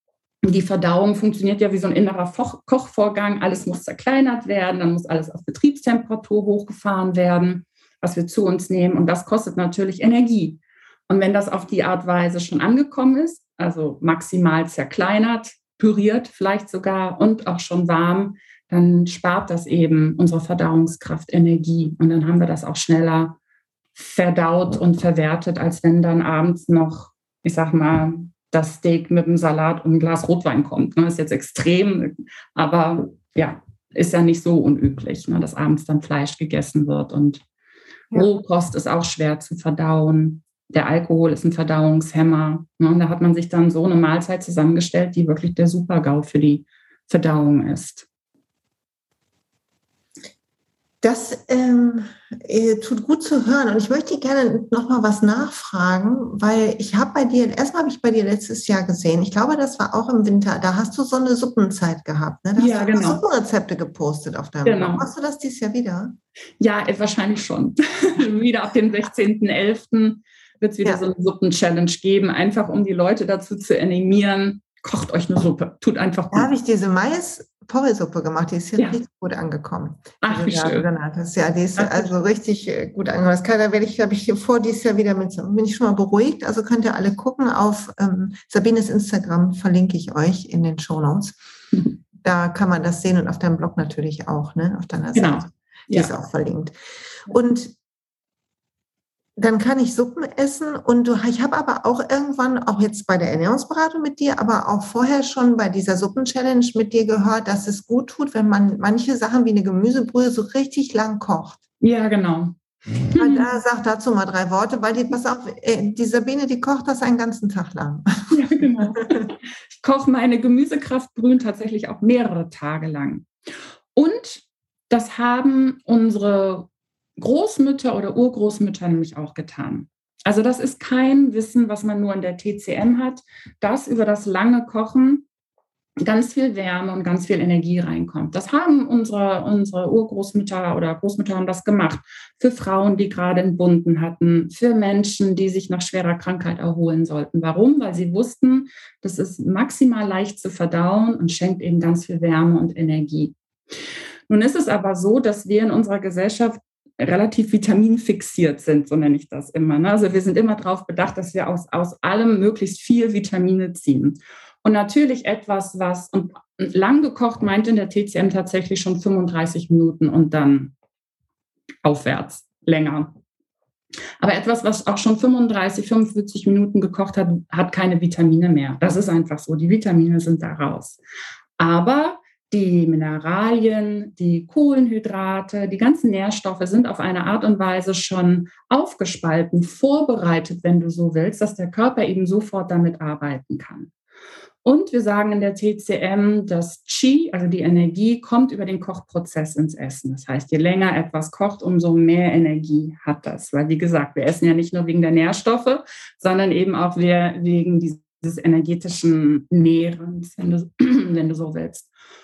die Verdauung funktioniert ja wie so ein innerer Kochvorgang. Alles muss zerkleinert werden, dann muss alles auf Betriebstemperatur hochgefahren werden, was wir zu uns nehmen. Und das kostet natürlich Energie. Und wenn das auf die Art Weise schon angekommen ist, also maximal zerkleinert, püriert vielleicht sogar und auch schon warm, dann spart das eben unsere Verdauungskraft Energie. Und dann haben wir das auch schneller verdaut und verwertet, als wenn dann abends noch, ich sag mal, das Steak mit dem Salat und einem Glas Rotwein kommt. Das ist jetzt extrem, aber ja, ist ja nicht so unüblich, ne, dass abends dann Fleisch gegessen wird. Und ja. Rohkost ist auch schwer zu verdauen. Der Alkohol ist ein Verdauungshemmer. Ne, und da hat man sich dann so eine Mahlzeit zusammengestellt, die wirklich der Super-GAU für die Verdauung ist. Das ähm, tut gut zu hören. Und ich möchte gerne noch mal was nachfragen, weil ich habe bei dir, erstmal habe ich bei dir letztes Jahr gesehen, ich glaube, das war auch im Winter, da hast du so eine Suppenzeit gehabt. Ne? Da ja, hast du genau. Suppenrezepte gepostet auf deinem genau. Blog. Machst du das dieses Jahr wieder? Ja, wahrscheinlich schon. Wieder ab dem sechzehnten elften wird es wieder ja. so eine Suppen-Challenge geben, einfach um die Leute dazu zu animieren, kocht euch eine Suppe. Tut einfach gut. Da habe ich diese Mais-Porree-Suppe gemacht, die ist hier ja. richtig gut angekommen. Ach, wie schön. Ja, die ist Ach, also richtig gut angekommen. Das kann, da werde ich, habe ich hier vor, dieses Jahr wieder mit, bin ich schon mal beruhigt. Also könnt ihr alle gucken auf ähm, Sabines Instagram, verlinke ich euch in den Shownotes. Mhm. Da kann man das sehen und auf deinem Blog natürlich auch, ne? Auf deiner Seite. Genau. Die ja. ist auch verlinkt. Und dann kann ich Suppen essen und du, ich habe aber auch irgendwann, auch jetzt bei der Ernährungsberatung mit dir, aber auch vorher schon bei dieser Suppen-Challenge mit dir gehört, dass es gut tut, wenn man manche Sachen wie eine Gemüsebrühe so richtig lang kocht. Ja, genau. Und da sag dazu mal drei Worte, weil die, pass auf, die Sabine, die kocht das einen ganzen Tag lang. Ja, genau. Ich koche meine Gemüsekraftbrühen tatsächlich auch mehrere Tage lang. Und das haben unsere Großmütter oder Urgroßmütter nämlich auch getan. Also das ist kein Wissen, was man nur in der T C M hat, dass über das lange Kochen ganz viel Wärme und ganz viel Energie reinkommt. Das haben unsere, unsere Urgroßmütter oder Großmütter haben das gemacht. Für Frauen, die gerade Entbunden hatten, für Menschen, die sich nach schwerer Krankheit erholen sollten. Warum? Weil sie wussten, das ist maximal leicht zu verdauen und schenkt eben ganz viel Wärme und Energie. Nun ist es aber so, dass wir in unserer Gesellschaft relativ vitaminfixiert sind, so nenne ich das immer. Also wir sind immer darauf bedacht, dass wir aus, aus allem möglichst viel Vitamine ziehen. Und natürlich etwas, was, und lang gekocht meint in der T C M tatsächlich schon fünfunddreißig Minuten und dann aufwärts, länger. Aber etwas, was auch schon fünfunddreißig, fünfundvierzig Minuten gekocht hat, hat keine Vitamine mehr. Das ist einfach so, die Vitamine sind da raus. Aber die Mineralien, die Kohlenhydrate, die ganzen Nährstoffe sind auf eine Art und Weise schon aufgespalten, vorbereitet, wenn du so willst, dass der Körper eben sofort damit arbeiten kann. Und wir sagen in der T C M, dass Qi, also die Energie, kommt über den Kochprozess ins Essen. Das heißt, je länger etwas kocht, umso mehr Energie hat das. Weil, wie gesagt, wir essen ja nicht nur wegen der Nährstoffe, sondern eben auch wegen dieses energetischen Nährens, wenn du, wenn du so willst.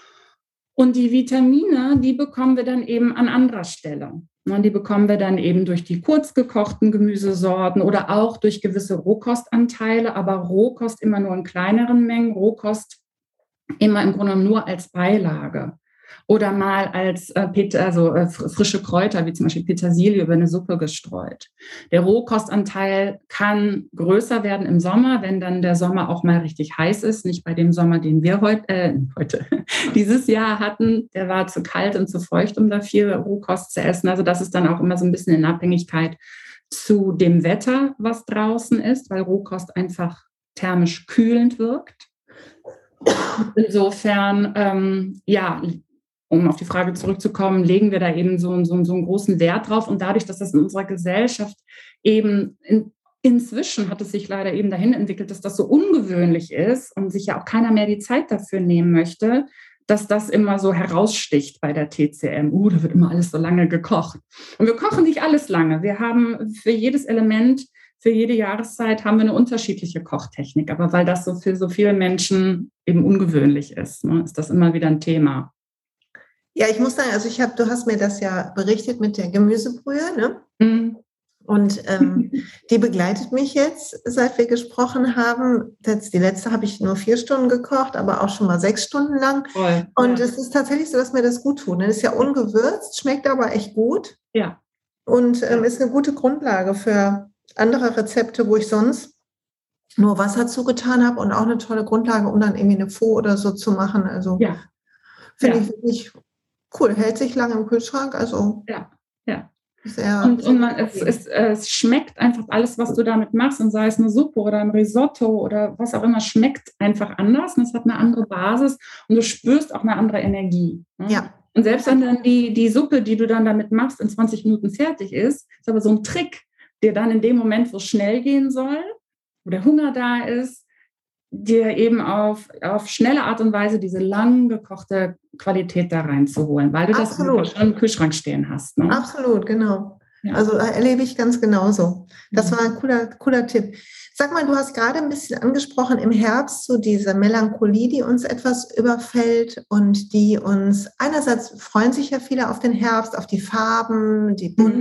Und die Vitamine, die bekommen wir dann eben an anderer Stelle. Die bekommen wir dann eben durch die kurz gekochten Gemüsesorten oder auch durch gewisse Rohkostanteile, aber Rohkost immer nur in kleineren Mengen, Rohkost immer im Grunde genommen nur als Beilage. Oder mal als äh, Pet- also, äh, frische Kräuter, wie zum Beispiel Petersilie, über eine Suppe gestreut. Der Rohkostanteil kann größer werden im Sommer, wenn dann der Sommer auch mal richtig heiß ist. Nicht bei dem Sommer, den wir heut, äh, heute dieses Jahr hatten. Der war zu kalt und zu feucht, um da viel Rohkost zu essen. Also das ist dann auch immer so ein bisschen in Abhängigkeit zu dem Wetter, was draußen ist, weil Rohkost einfach thermisch kühlend wirkt. Insofern, ähm, ja, um auf die Frage zurückzukommen, legen wir da eben so, so, so einen großen Wert drauf. Und dadurch, dass das in unserer Gesellschaft eben in, inzwischen hat es sich leider eben dahin entwickelt, dass das so ungewöhnlich ist und sich ja auch keiner mehr die Zeit dafür nehmen möchte, dass das immer so heraussticht bei der T C M. Uh, da wird immer alles so lange gekocht. Und wir kochen nicht alles lange. Wir haben für jedes Element, für jede Jahreszeit haben wir eine unterschiedliche Kochtechnik. Aber weil das so für so viele Menschen eben ungewöhnlich ist, ne, ist das immer wieder ein Thema. Ja, ich muss sagen, also ich habe, du hast mir das ja berichtet mit der Gemüsebrühe, ne? Mhm. Und ähm, die begleitet mich jetzt, seit wir gesprochen haben. Jetzt die letzte habe ich nur vier Stunden gekocht, aber auch schon mal sechs Stunden lang. Voll, und ja. Es ist tatsächlich so, dass mir das gut tut. Das ist ja ungewürzt, schmeckt aber echt gut. Ja. Und ähm, ist eine gute Grundlage für andere Rezepte, wo ich sonst nur Wasser zugetan habe und auch eine tolle Grundlage, um dann irgendwie eine Pho oder so zu machen. Also ja. finde ja. ich wirklich cool. Hält sich lange im Kühlschrank. Also ja, ja. Sehr, und sehr und man, es, es, es schmeckt einfach alles, was du damit machst, und sei es eine Suppe oder ein Risotto oder was auch immer, schmeckt einfach anders und es hat eine andere Basis und du spürst auch eine andere Energie. Ne? Ja. Und selbst wenn dann die, die Suppe, die du dann damit machst, in zwanzig Minuten fertig ist, ist aber so ein Trick, der dann in dem Moment, wo es schnell gehen soll, wo der Hunger da ist, dir eben auf, auf schnelle Art und Weise diese lang gekochte Qualität da reinzuholen, weil du Absolut. das schon im Kühlschrank stehen hast. Ne? Absolut, genau. Ja. Also erlebe ich ganz genauso. Das war ein cooler, cooler Tipp. Sag mal, du hast gerade ein bisschen angesprochen, im Herbst so diese Melancholie, die uns etwas überfällt und die uns, einerseits freuen sich ja viele auf den Herbst, auf die Farben, die bunt,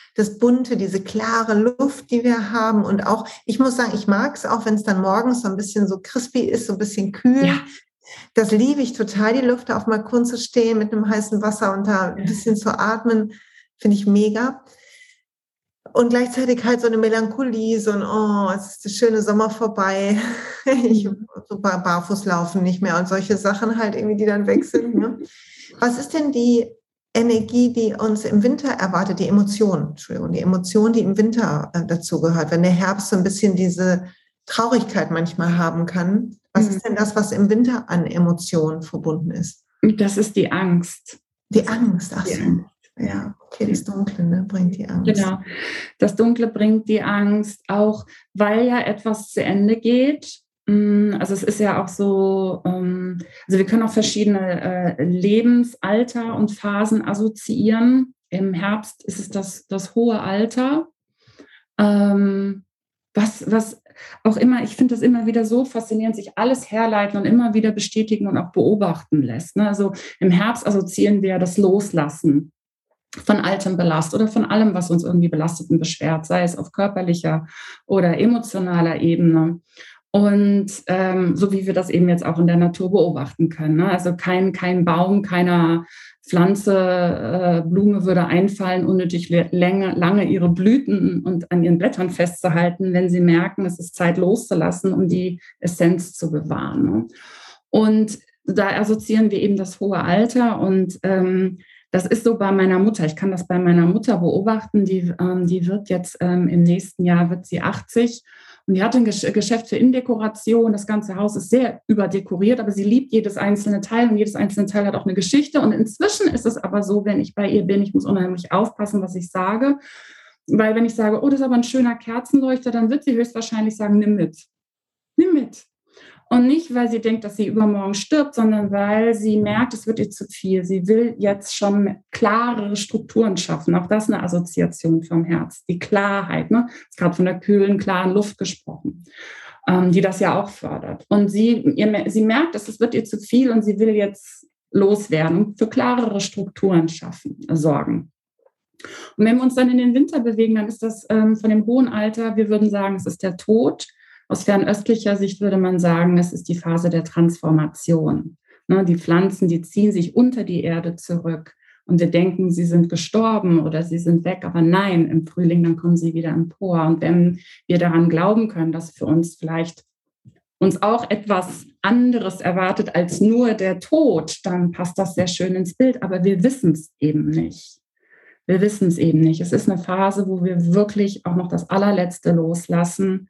das Bunte, diese klare Luft, die wir haben. Und auch, ich muss sagen, ich mag es auch, wenn es dann morgens so ein bisschen so crispy ist, so ein bisschen kühl. Ja. Das liebe ich total, die Luft auf dem Balkon zu stehen mit einem heißen Wasser und da ein bisschen zu atmen, finde ich mega. Und gleichzeitig halt so eine Melancholie, so ein, oh, es ist der schöne Sommer vorbei. Ich so bar- barfuß laufen nicht mehr und solche Sachen halt irgendwie, die dann weg sind. Ne? Was ist denn die Energie, die uns im Winter erwartet, die Emotion, Entschuldigung, die Emotion, die im Winter äh, dazu gehört, wenn der Herbst so ein bisschen diese Traurigkeit manchmal haben kann? Was Mhm. ist denn das, was im Winter an Emotionen verbunden ist? Das ist die Angst. Die Angst, ach Die so. Angst. Ja, okay, das Dunkle, ne, bringt die Angst. Genau. Das Dunkle bringt die Angst, auch weil ja etwas zu Ende geht. Also es ist ja auch so, also wir können auch verschiedene Lebensalter und Phasen assoziieren. Im Herbst ist es das, das hohe Alter. Was, was auch immer, ich finde das immer wieder so faszinierend, sich alles herleiten und immer wieder bestätigen und auch beobachten lässt. Also im Herbst assoziieren wir das Loslassen von altem Belast oder von allem, was uns irgendwie belastet und beschwert, sei es auf körperlicher oder emotionaler Ebene. Und ähm, so wie wir das eben jetzt auch in der Natur beobachten können. Ne? Also kein, kein Baum, keiner Pflanze, äh, Blume würde einfallen, unnötig lange, lange ihre Blüten und an ihren Blättern festzuhalten, wenn sie merken, es ist Zeit loszulassen, um die Essenz zu bewahren. Ne? Und da assoziieren wir eben das hohe Alter und ähm, das ist so bei meiner Mutter. Ich kann das bei meiner Mutter beobachten. Die, ähm, die wird jetzt ähm, im nächsten Jahr wird sie achtzig und die hat ein Gesch- Geschäft für Innendekoration. Das ganze Haus ist sehr überdekoriert, aber sie liebt jedes einzelne Teil und jedes einzelne Teil hat auch eine Geschichte. Und inzwischen ist es aber so, wenn ich bei ihr bin, ich muss unheimlich aufpassen, was ich sage, weil wenn ich sage, oh, das ist aber ein schöner Kerzenleuchter, dann wird sie höchstwahrscheinlich sagen, nimm mit, nimm mit. Und nicht, weil sie denkt, dass sie übermorgen stirbt, sondern weil sie merkt, es wird ihr zu viel. Sie will jetzt schon klarere Strukturen schaffen. Auch das ist eine Assoziation vom Herz. Die Klarheit, ne? Es ist gerade von der kühlen, klaren Luft gesprochen, ähm, die das ja auch fördert. Und sie, ihr, sie merkt, dass es wird ihr zu viel und sie will jetzt loswerden und für klarere Strukturen schaffen, sorgen. Und wenn wir uns dann in den Winter bewegen, dann ist das ähm, von dem hohen Alter, wir würden sagen, es ist der Tod. Aus fernöstlicher Sicht würde man sagen, es ist die Phase der Transformation. Ne, die Pflanzen, die ziehen sich unter die Erde zurück und wir denken, sie sind gestorben oder sie sind weg. Aber nein, im Frühling, dann kommen sie wieder empor. Und wenn wir daran glauben können, dass für uns vielleicht uns auch etwas anderes erwartet als nur der Tod, dann passt das sehr schön ins Bild. Aber wir wissen es eben nicht. Wir wissen es eben nicht. Es ist eine Phase, wo wir wirklich auch noch das Allerletzte loslassen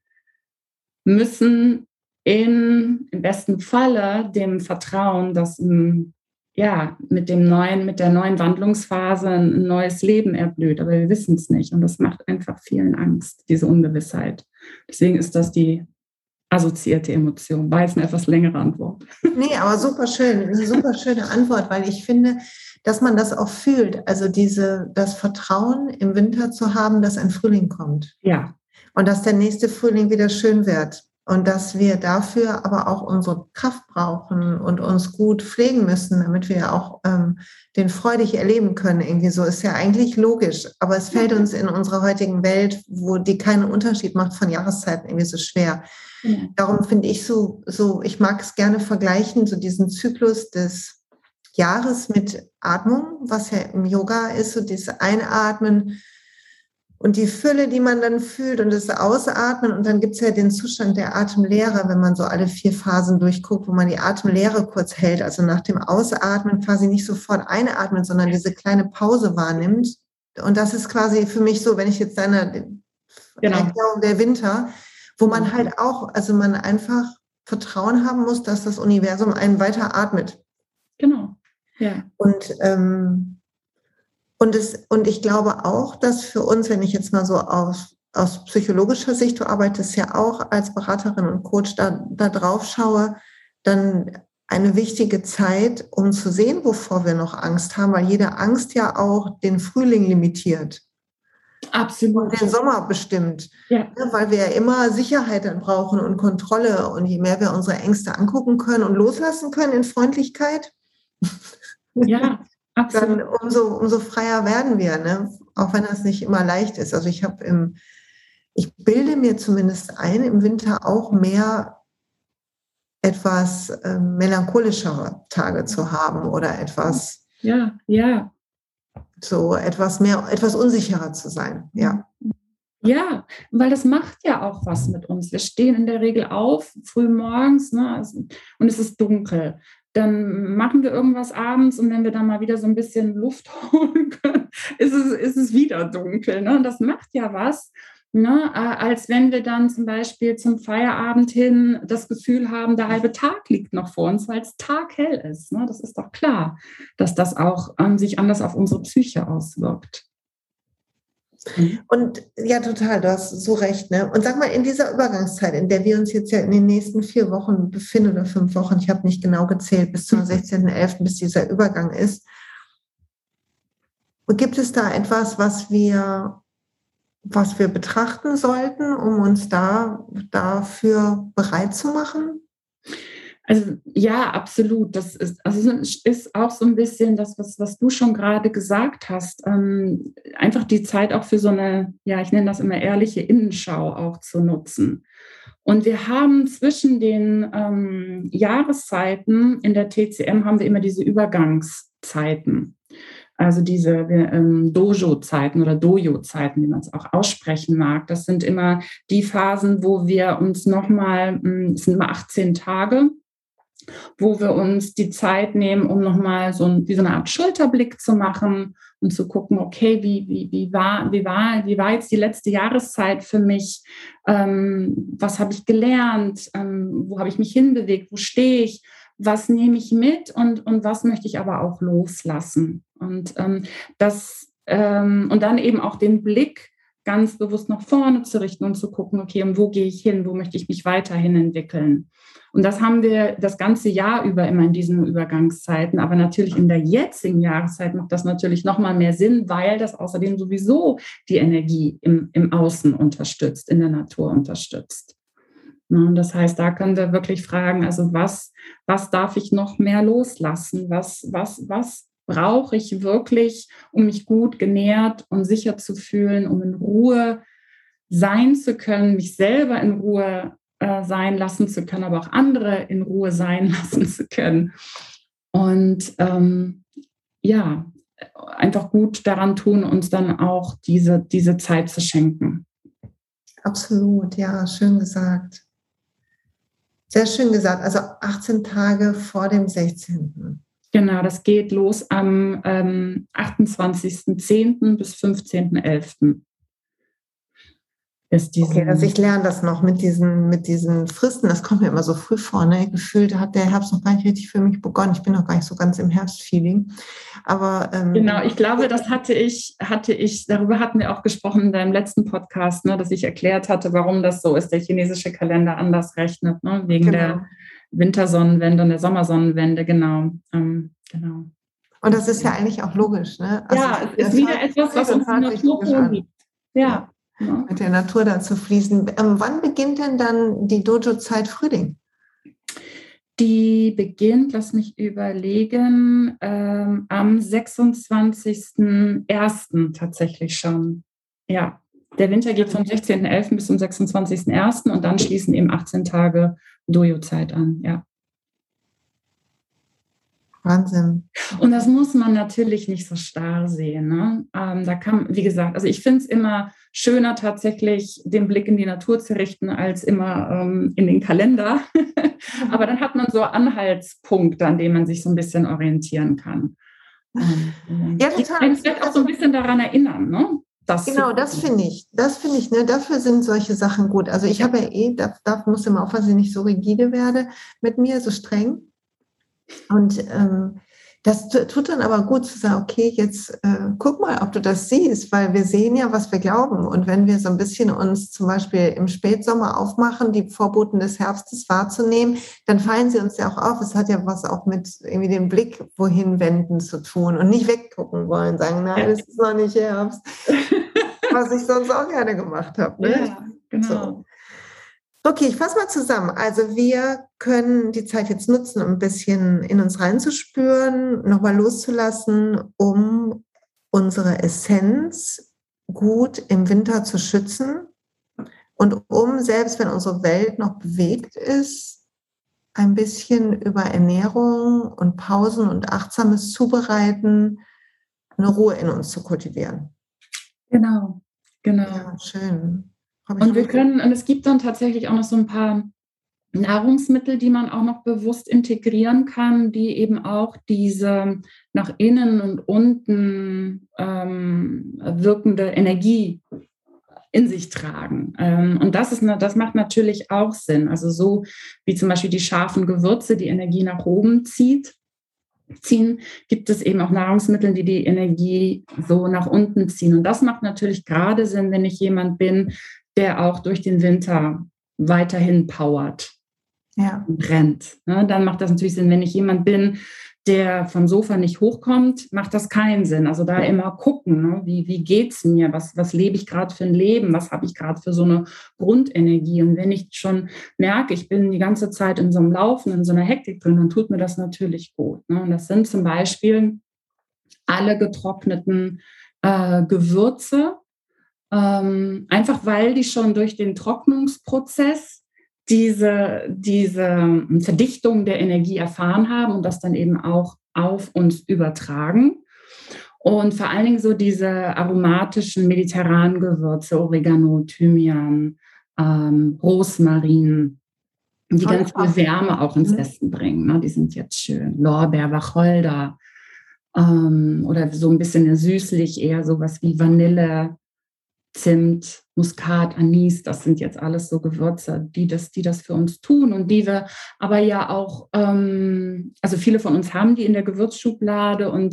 müssen, in, im besten Falle dem Vertrauen, dass ja, mit, dem neuen, mit der neuen Wandlungsphase ein neues Leben erblüht. Aber wir wissen es nicht. Und das macht einfach vielen Angst, diese Ungewissheit. Deswegen ist das die assoziierte Emotion. War jetzt eine etwas längere Antwort. Nee, aber super schön. Eine super schöne Antwort, weil ich finde, dass man das auch fühlt. Also diese, das Vertrauen im Winter zu haben, dass ein Frühling kommt. Ja. Und dass der nächste Frühling wieder schön wird. Und dass wir dafür aber auch unsere Kraft brauchen und uns gut pflegen müssen, damit wir auch ähm, den freudig erleben können. Irgendwie so ist ja eigentlich logisch. Aber es fällt uns in unserer heutigen Welt, wo die keinen Unterschied macht von Jahreszeiten, irgendwie so schwer. Ja. Darum finde ich so, so, ich mag es gerne vergleichen, so diesen Zyklus des Jahres mit Atmung, was ja im Yoga ist, so dieses Einatmen, und die Fülle, die man dann fühlt und das Ausatmen. Und dann gibt es ja den Zustand der Atemlehre, wenn man so alle vier Phasen durchguckt, wo man die Atemlehre kurz hält. Also nach dem Ausatmen quasi nicht sofort einatmen, sondern diese kleine Pause wahrnimmt. Und das ist quasi für mich so, wenn ich jetzt deine genau. Erklärung der Winter, wo man halt auch, also man einfach Vertrauen haben muss, dass das Universum einen weiter atmet. Genau, ja. Und ähm, Und, es, und ich glaube auch, dass für uns, wenn ich jetzt mal so aus, aus psychologischer Sicht, du arbeitest ja auch als Beraterin und Coach, da, da drauf schaue, dann eine wichtige Zeit, um zu sehen, wovor wir noch Angst haben, weil jede Angst ja auch den Frühling limitiert. Absolut. Und den Sommer bestimmt. Ja. Ja, weil wir ja immer Sicherheit dann brauchen und Kontrolle. Und je mehr wir unsere Ängste angucken können und loslassen können in Freundlichkeit, ja. Absolut. Dann umso, umso freier werden wir, ne? auch wenn das nicht immer leicht ist. Also ich habe im, ich bilde mir zumindest ein, im Winter auch mehr etwas äh, melancholischere Tage zu haben oder etwas, ja, ja. so etwas mehr, etwas unsicherer zu sein. Ja. Ja, weil das macht ja auch was mit uns. Wir stehen in der Regel auf, früh morgens, ne, und es ist dunkel. Dann machen wir irgendwas abends und wenn wir dann mal wieder so ein bisschen Luft holen können, ist es, ist es wieder dunkel. Ne? Und das macht ja was, ne? Als wenn wir dann zum Beispiel zum Feierabend hin das Gefühl haben, der halbe Tag liegt noch vor uns, weil es taghell ist. Ne? Das ist doch klar, dass das auch ähm, sich anders auf unsere Psyche auswirkt. Und ja, total, du hast so recht. Ne? Und sag mal, in dieser Übergangszeit, in der wir uns jetzt ja in den nächsten vier Wochen befinden oder fünf Wochen, ich habe nicht genau gezählt, bis zum sechzehnten elften, bis dieser Übergang ist, gibt es da etwas, was wir, was wir betrachten sollten, um uns da dafür bereit zu machen? Also ja, absolut. Das ist, also ist auch so ein bisschen das, was, was du schon gerade gesagt hast. Ähm, einfach die Zeit auch für so eine, ja, ich nenne das immer ehrliche Innenschau auch zu nutzen. Und wir haben zwischen den ähm, Jahreszeiten in der T C M haben wir immer diese Übergangszeiten. Also diese ähm, Dojo-Zeiten oder Dojo-Zeiten, wie man es auch aussprechen mag. Das sind immer die Phasen, wo wir uns nochmal, es sind immer achtzehn Tage, wo wir uns die Zeit nehmen, um nochmal so, ein, wie so eine Art Schulterblick zu machen und zu gucken, okay, wie, wie, wie, war, wie, war, wie war jetzt die letzte Jahreszeit für mich? Ähm, was habe ich gelernt? Ähm, wo habe ich mich hinbewegt? Wo stehe ich? Was nehme ich mit und, und was möchte ich aber auch loslassen? Und, ähm, das, ähm, und dann eben auch den Blick ganz bewusst nach vorne zu richten und zu gucken, okay, und wo gehe ich hin? Wo möchte ich mich weiterhin entwickeln? Und das haben wir das ganze Jahr über immer in diesen Übergangszeiten. Aber natürlich in der jetzigen Jahreszeit macht das natürlich noch mal mehr Sinn, weil das außerdem sowieso die Energie im, im Außen unterstützt, in der Natur unterstützt. Und das heißt, da können wir wirklich fragen, also was, was darf ich noch mehr loslassen? Was, was, was brauche ich wirklich, um mich gut genährt und sicher zu fühlen, um in Ruhe sein zu können, mich selber in Ruhe äh, sein lassen zu können, aber auch andere in Ruhe sein lassen zu können. Und ähm, ja, einfach gut daran tun, uns dann auch diese, diese Zeit zu schenken. Absolut, ja, schön gesagt. Sehr schön gesagt, also achtzehn Tage vor dem sechzehnten Genau, das geht los am ähm, achtundzwanzigsten zehnten bis fünfzehnten elften Ist okay, also ich lerne das noch mit diesen, mit diesen Fristen, das kommt mir immer so früh vor, ne? Gefühlt hat der Herbst noch gar nicht richtig für mich begonnen, ich bin noch gar nicht so ganz im Herbstfeeling, aber ähm, genau, ich glaube, das hatte ich, hatte ich, darüber hatten wir auch gesprochen in deinem letzten Podcast, ne, dass ich erklärt hatte, warum das so ist, der chinesische Kalender anders rechnet, ne, wegen genau. der Wintersonnenwende und der Sommersonnenwende, genau, ähm, genau. Und das ist ja eigentlich auch logisch, ne? Also ja, es ist wieder etwas, was uns die Natur vorgibt. Ja. Ja. Mit der Natur da zu fließen. Ähm, wann beginnt denn dann die Dojo-Zeit Frühling? Die beginnt, lass mich überlegen, ähm, am sechsundzwanzigsten ersten tatsächlich schon. Ja, der Winter geht vom sechzehnten elften bis zum sechsundzwanzigsten ersten und dann schließen eben achtzehn Tage Dojo-Zeit an, ja. Wahnsinn. Und das muss man natürlich nicht so starr sehen. Ne? Ähm, da kann, wie gesagt, also ich finde es immer schöner, tatsächlich den Blick in die Natur zu richten, als immer ähm, in den Kalender. Aber dann hat man so Anhaltspunkte, an denen man sich so ein bisschen orientieren kann. Und, ähm, ja, total. Ich vielleicht auch so ein bisschen daran erinnern, ne? Das genau, das finde ich. Das finde ich, ne, dafür sind solche Sachen gut. Also ich habe ja eh, da, da muss ich immer aufpassen, dass ich nicht so rigide werde mit mir, so streng. Und ähm, das tut dann aber gut zu sagen, okay, jetzt äh, guck mal, ob du das siehst, weil wir sehen ja, was wir glauben. Und wenn wir so ein bisschen uns zum Beispiel im Spätsommer aufmachen, die Vorboten des Herbstes wahrzunehmen, dann fallen sie uns ja auch auf. Es hat ja was auch mit irgendwie dem Blick wohin wenden zu tun und nicht weggucken wollen, sagen, nein, es ist noch nicht Herbst, was ich sonst auch gerne gemacht habe. Ne? Ja, genau. So. Okay, ich fasse mal zusammen. Also wir können die Zeit jetzt nutzen, um ein bisschen in uns reinzuspüren, nochmal loszulassen, um unsere Essenz gut im Winter zu schützen und um, selbst wenn unsere Welt noch bewegt ist, ein bisschen über Ernährung und Pausen und achtsames Zubereiten eine Ruhe in uns zu kultivieren. Genau, genau. Ja, schön. Und wir können, und es gibt dann tatsächlich auch noch so ein paar Nahrungsmittel, die man auch noch bewusst integrieren kann, die eben auch diese nach innen und unten ähm, wirkende Energie in sich tragen. Ähm, und das ist, das macht natürlich auch Sinn. Also so wie zum Beispiel die scharfen Gewürze die Energie nach oben zieht, ziehen, gibt es eben auch Nahrungsmittel, die die Energie so nach unten ziehen. Und das macht natürlich gerade Sinn, wenn ich jemand bin, der auch durch den Winter weiterhin powert. Ja. Rennt. Ne? Dann macht das natürlich Sinn. Wenn ich jemand bin, der vom Sofa nicht hochkommt, macht das keinen Sinn. Also da immer gucken, ne? wie, wie geht es mir, was, was lebe ich gerade für ein Leben, was habe ich gerade für so eine Grundenergie. Und wenn ich schon merke, ich bin die ganze Zeit in so einem Laufen, in so einer Hektik drin, dann tut mir das natürlich gut. Ne? Und das sind zum Beispiel alle getrockneten äh, Gewürze, ähm, einfach weil die schon durch den Trocknungsprozess diese, diese Verdichtung der Energie erfahren haben und das dann eben auch auf uns übertragen. Und vor allen Dingen so diese aromatischen mediterranen Gewürze, Oregano, Thymian, ähm, Rosmarin, die oh, ganz viel Wärme auch ins Essen bringen. Ne? Die sind jetzt schön. Lorbeer, Wacholder ähm, oder so ein bisschen süßlich, eher sowas wie Vanille, Zimt, Muskat, Anis, das sind jetzt alles so Gewürze, die das, die das für uns tun und die wir aber ja auch, ähm, also viele von uns haben die in der Gewürzschublade und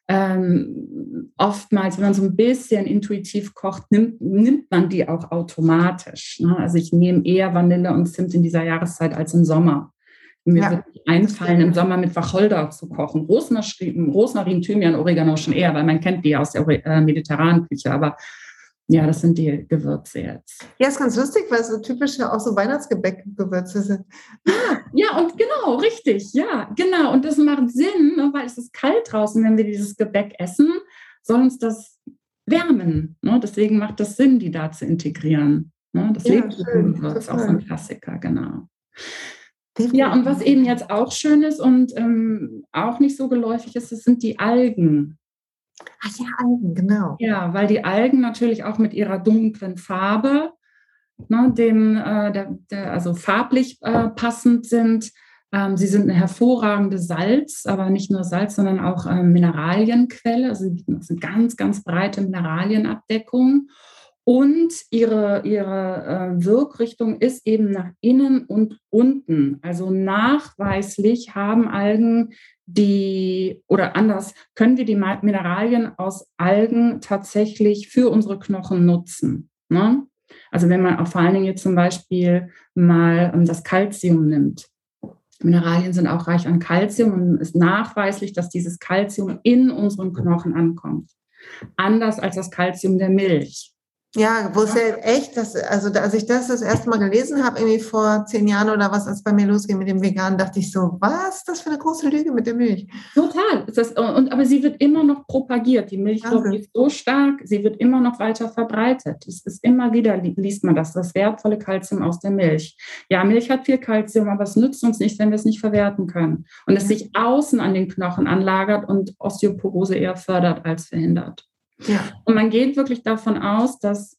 ähm, oftmals, wenn man so ein bisschen intuitiv kocht, nimmt, nimmt man die auch automatisch. Ne? Also ich nehme eher Vanille und Zimt in dieser Jahreszeit als im Sommer. Mir ja, wird nicht einfallen, im Sommer mit Wacholder zu kochen. Rosmarin, Rosmarin, Thymian, Oregano schon eher, weil man kennt die aus der äh, mediterranen Küche, aber ja, das sind die Gewürze jetzt. Ja, ist ganz lustig, weil so typische auch so Weihnachtsgebäck-Gewürze sind. Ja, ja, und genau, richtig, ja, genau. Und das macht Sinn, ne, weil es ist kalt draußen, wenn wir dieses Gebäck essen, soll uns das wärmen. Ne? Deswegen macht das Sinn, die da zu integrieren. Ne? Das ja, Lebkuchengewürz ist auch so ein Klassiker, genau. Definitiv. Ja, und was eben jetzt auch schön ist und ähm, auch nicht so geläufig ist, das sind die Algen. Ach ja, Algen, genau. Ja, weil die Algen natürlich auch mit ihrer dunklen Farbe, ne, dem, äh, der, der, also farblich äh, passend sind. Ähm, sie sind eine hervorragende Salz, aber nicht nur Salz, sondern auch äh, Mineralienquelle. Also sie bieten eine ganz, ganz breite Mineralienabdeckung. Und ihre, ihre äh, Wirkrichtung ist eben nach innen und unten. Also nachweislich haben Algen die, oder anders, können wir die Mineralien aus Algen tatsächlich für unsere Knochen nutzen. Ne? Also wenn man auch vor allen Dingen jetzt zum Beispiel mal ähm, das Calcium nimmt. Mineralien sind auch reich an Calcium und es ist nachweislich, dass dieses Calcium in unseren Knochen ankommt. Anders als das Calcium der Milch. Ja, wo es ja echt, das, also als ich das das erste Mal gelesen habe, irgendwie vor zehn Jahren oder was, als es bei mir losging mit dem Veganen, dachte ich so, was ist das für eine große Lüge mit der Milch? Total. Das, und, aber sie wird immer noch propagiert. Die Milchlobby ist so stark, sie wird immer noch weiter verbreitet. Es ist immer wieder, liest man das, das wertvolle Kalzium aus der Milch. Ja, Milch hat viel Kalzium, aber es nützt uns nicht, wenn wir es nicht verwerten können. Und es sich außen an den Knochen anlagert und Osteoporose eher fördert als verhindert. Ja. Und man geht wirklich davon aus, dass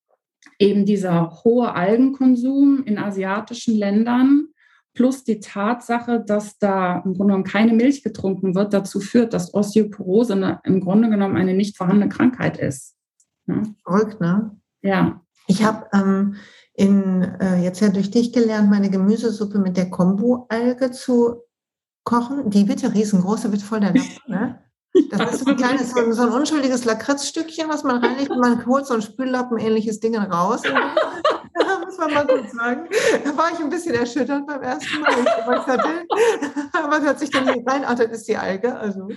eben dieser hohe Algenkonsum in asiatischen Ländern plus die Tatsache, dass da im Grunde genommen keine Milch getrunken wird, dazu führt, dass Osteoporose eine, im Grunde genommen eine nicht vorhandene Krankheit ist. Ja. Verrückt, ne? Ja. Ich habe ähm, in, äh, jetzt ja durch dich gelernt, meine Gemüsesuppe mit der Kombu-Alge zu kochen. Die wird ja riesengroß, die wird voll der Lappen, ne? Das ist so ein kleines, so ein, so ein unschuldiges Lakritzstückchen, was man reinlegt und man holt so ein Spüllappen-ähnliches Ding raus. Muss man mal kurz sagen. Da war ich ein bisschen erschüttert beim ersten Mal. Ich hatte, aber es hat sich dann nicht reinartet, ist die Alge. Also.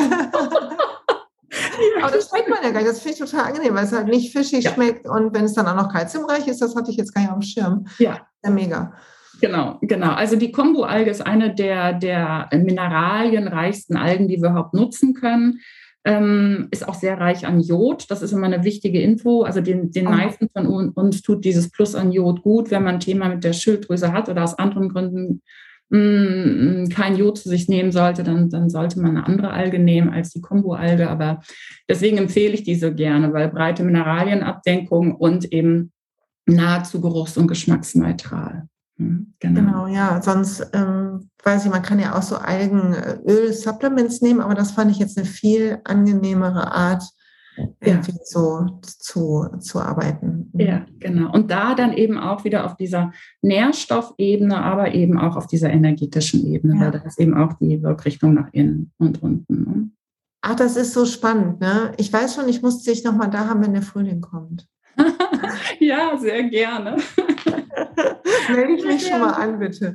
Aber das schmeckt man ja gar nicht. Das finde ich total angenehm, weil es halt nicht fischig ja. schmeckt. Und wenn es dann auch noch kalziumreich ist, das hatte ich jetzt gar nicht auf dem Schirm. Ja. Ja, mega. Genau, genau. Also die Kombu-Alge ist eine der, der mineralienreichsten Algen, die wir überhaupt nutzen können. Ähm, ist auch sehr reich an Jod. Das ist immer eine wichtige Info. Also den, den oh. meisten von uns tut dieses Plus an Jod gut, wenn man ein Thema mit der Schilddrüse hat oder aus anderen Gründen mh, kein Jod zu sich nehmen sollte, dann, dann sollte man eine andere Alge nehmen als die Kombu-Alge. Aber deswegen empfehle ich diese gerne, weil breite Mineralienabdeckung und eben nahezu geruchs- und geschmacksneutral. Genau. genau, ja, sonst ähm, weiß ich, man kann ja auch so Algenöl-Supplements nehmen, aber das fand ich jetzt eine viel angenehmere Art, irgendwie ja. so zu, zu arbeiten. Ja, genau. Und da dann eben auch wieder auf dieser Nährstoffebene, aber eben auch auf dieser energetischen Ebene, ja. weil da ist eben auch die Wirkrichtung nach innen und unten. Ne? Ach, das ist so spannend, ne? Ich weiß schon, ich muss dich nochmal da haben, wenn der Frühling kommt. Ja, sehr gerne. Melde ich mich schon mal an, bitte.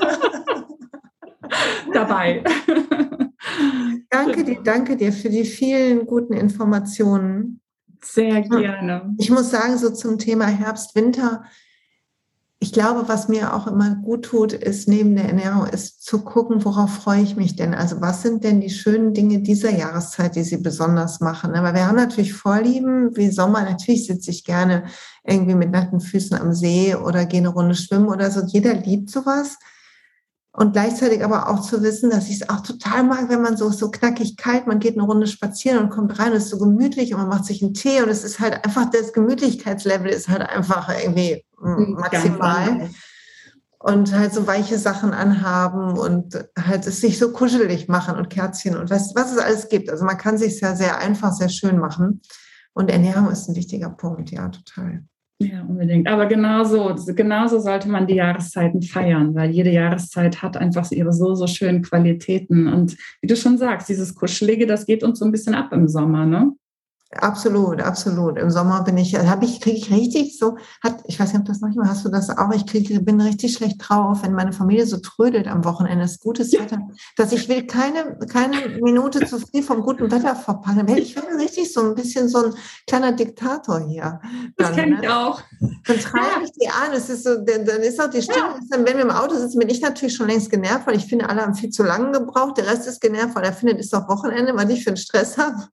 Dabei. Danke dir, danke dir für die vielen guten Informationen. Sehr gerne. Ich muss sagen, so zum Thema Herbst, Winter, ich glaube, was mir auch immer gut tut, ist neben der Ernährung, ist zu gucken, worauf freue ich mich denn? Also was sind denn die schönen Dinge dieser Jahreszeit, die sie besonders machen? Aber wir haben natürlich Vorlieben, wie Sommer. Natürlich sitze ich gerne irgendwie mit nackten Füßen am See oder gehe eine Runde schwimmen oder so. Jeder liebt sowas. Und gleichzeitig aber auch zu wissen, dass ich es auch total mag, wenn man so, so knackig kalt, man geht eine Runde spazieren und kommt rein, es ist so gemütlich und man macht sich einen Tee und es ist halt einfach, das Gemütlichkeitslevel ist halt einfach irgendwie maximal. Und halt so weiche Sachen anhaben und halt es sich so kuschelig machen und Kerzchen und was, was es alles gibt. Also man kann sich ja sehr einfach, sehr schön machen. Und Ernährung ist ein wichtiger Punkt, ja, total. Ja, unbedingt. Aber genauso, genauso sollte man die Jahreszeiten feiern, weil jede Jahreszeit hat einfach ihre so, so schönen Qualitäten. Und wie du schon sagst, dieses Kuschelige, das geht uns so ein bisschen ab im Sommer, ne? Absolut, absolut. Im Sommer bin ich, habe ich, kriege ich richtig so, hat, ich weiß nicht, ob das noch immer, hast du das auch? Ich kriege, bin richtig schlecht drauf, wenn meine Familie so trödelt am Wochenende, ist gutes ja. Wetter, dass ich will keine, keine Minute zu viel vom guten Wetter verpassen. Ich bin richtig so ein bisschen so ein kleiner Diktator hier. Das kenne ich auch. Dann treibe ja. ich die an, es ist so, dann ist auch die Stimmung, ja. wenn wir im Auto sitzen, bin ich natürlich schon längst genervt, weil ich finde, alle haben viel zu lange gebraucht, der Rest ist genervt, weil er findet, es ist doch Wochenende, weil ich für einen Stress habe.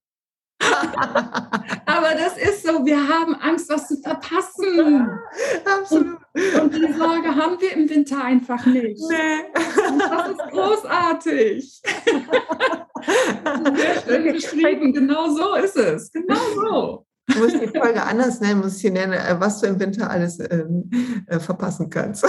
Aber das ist so, wir haben Angst, was zu verpassen. Absolut. Und, und die Sorge haben wir im Winter einfach nicht. Nee. Und das ist großartig. Sehr schön beschrieben, genau so ist es. Genau so. Du musst die Folge anders nennen, musst sie nennen, was du im Winter alles äh, äh, verpassen kannst.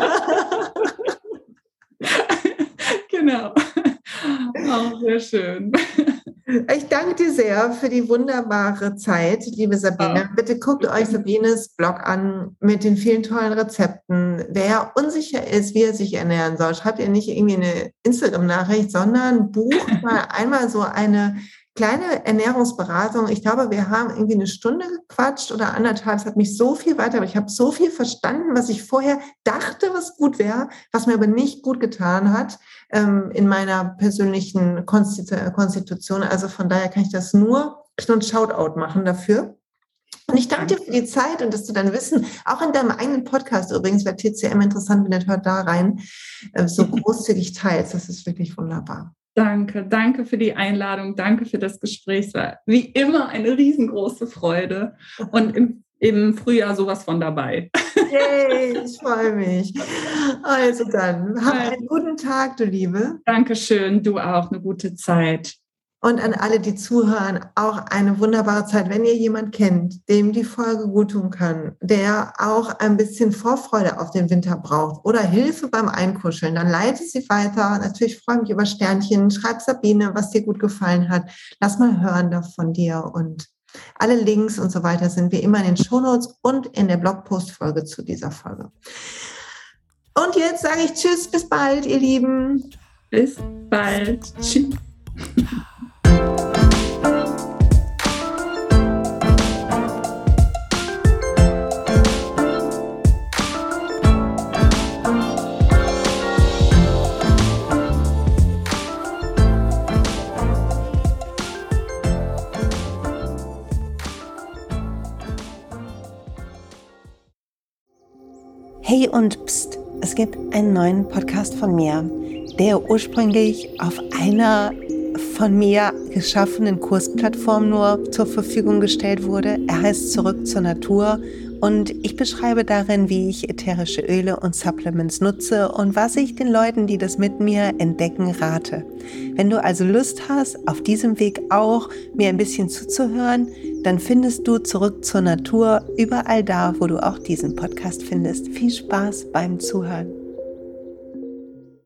Genau. Auch sehr schön. Ich danke dir sehr für die wunderbare Zeit, liebe Sabine. Bitte guckt euch Sabines Blog an mit den vielen tollen Rezepten. Wer unsicher ist, wie er sich ernähren soll, schreibt ihr nicht irgendwie eine Instagram-Nachricht, sondern bucht mal einmal so eine kleine Ernährungsberatung. Ich glaube, wir haben irgendwie eine Stunde gequatscht oder anderthalb. Es hat mich so viel weiter, aber ich habe so viel verstanden, was ich vorher dachte, was gut wäre, was mir aber nicht gut getan hat ähm, in meiner persönlichen Konstitu- Konstitution. Also von daher kann ich das nur einen Shoutout machen dafür. Und ich danke dir für die Zeit und dass du dein Wissen, auch in deinem eigenen Podcast übrigens, wer T C M interessant findet, hört da rein, äh, so großzügig teilst. Das ist wirklich wunderbar. Danke, danke für die Einladung, danke für das Gespräch. Es war wie immer eine riesengroße Freude und im, im Frühjahr sowas von dabei. Yay, ich freue mich. Also dann, hab einen guten Tag, du Liebe. Dankeschön, du auch, eine gute Zeit. Und an alle, die zuhören, auch eine wunderbare Zeit. Wenn ihr jemanden kennt, dem die Folge gut tun kann, der auch ein bisschen Vorfreude auf den Winter braucht oder Hilfe beim Einkuscheln, dann leite sie weiter. Natürlich freue ich mich über Sternchen. Schreib Sabine, was dir gut gefallen hat. Lass mal hören da von dir. Und alle Links und so weiter sind wie immer in den Shownotes und in der Blogpost-Folge zu dieser Folge. Und jetzt sage ich Tschüss, bis bald, ihr Lieben. Bis bald. Tschüss. Hey und pst, es gibt einen neuen Podcast von mir, der ursprünglich auf einer von mir geschaffenen Kursplattform nur zur Verfügung gestellt wurde. Er heißt Zurück zur Natur und ich beschreibe darin, wie ich ätherische Öle und Supplements nutze und was ich den Leuten, die das mit mir entdecken, rate. Wenn du also Lust hast, auf diesem Weg auch mir ein bisschen zuzuhören, dann findest du Zurück zur Natur überall da, wo du auch diesen Podcast findest. Viel Spaß beim Zuhören.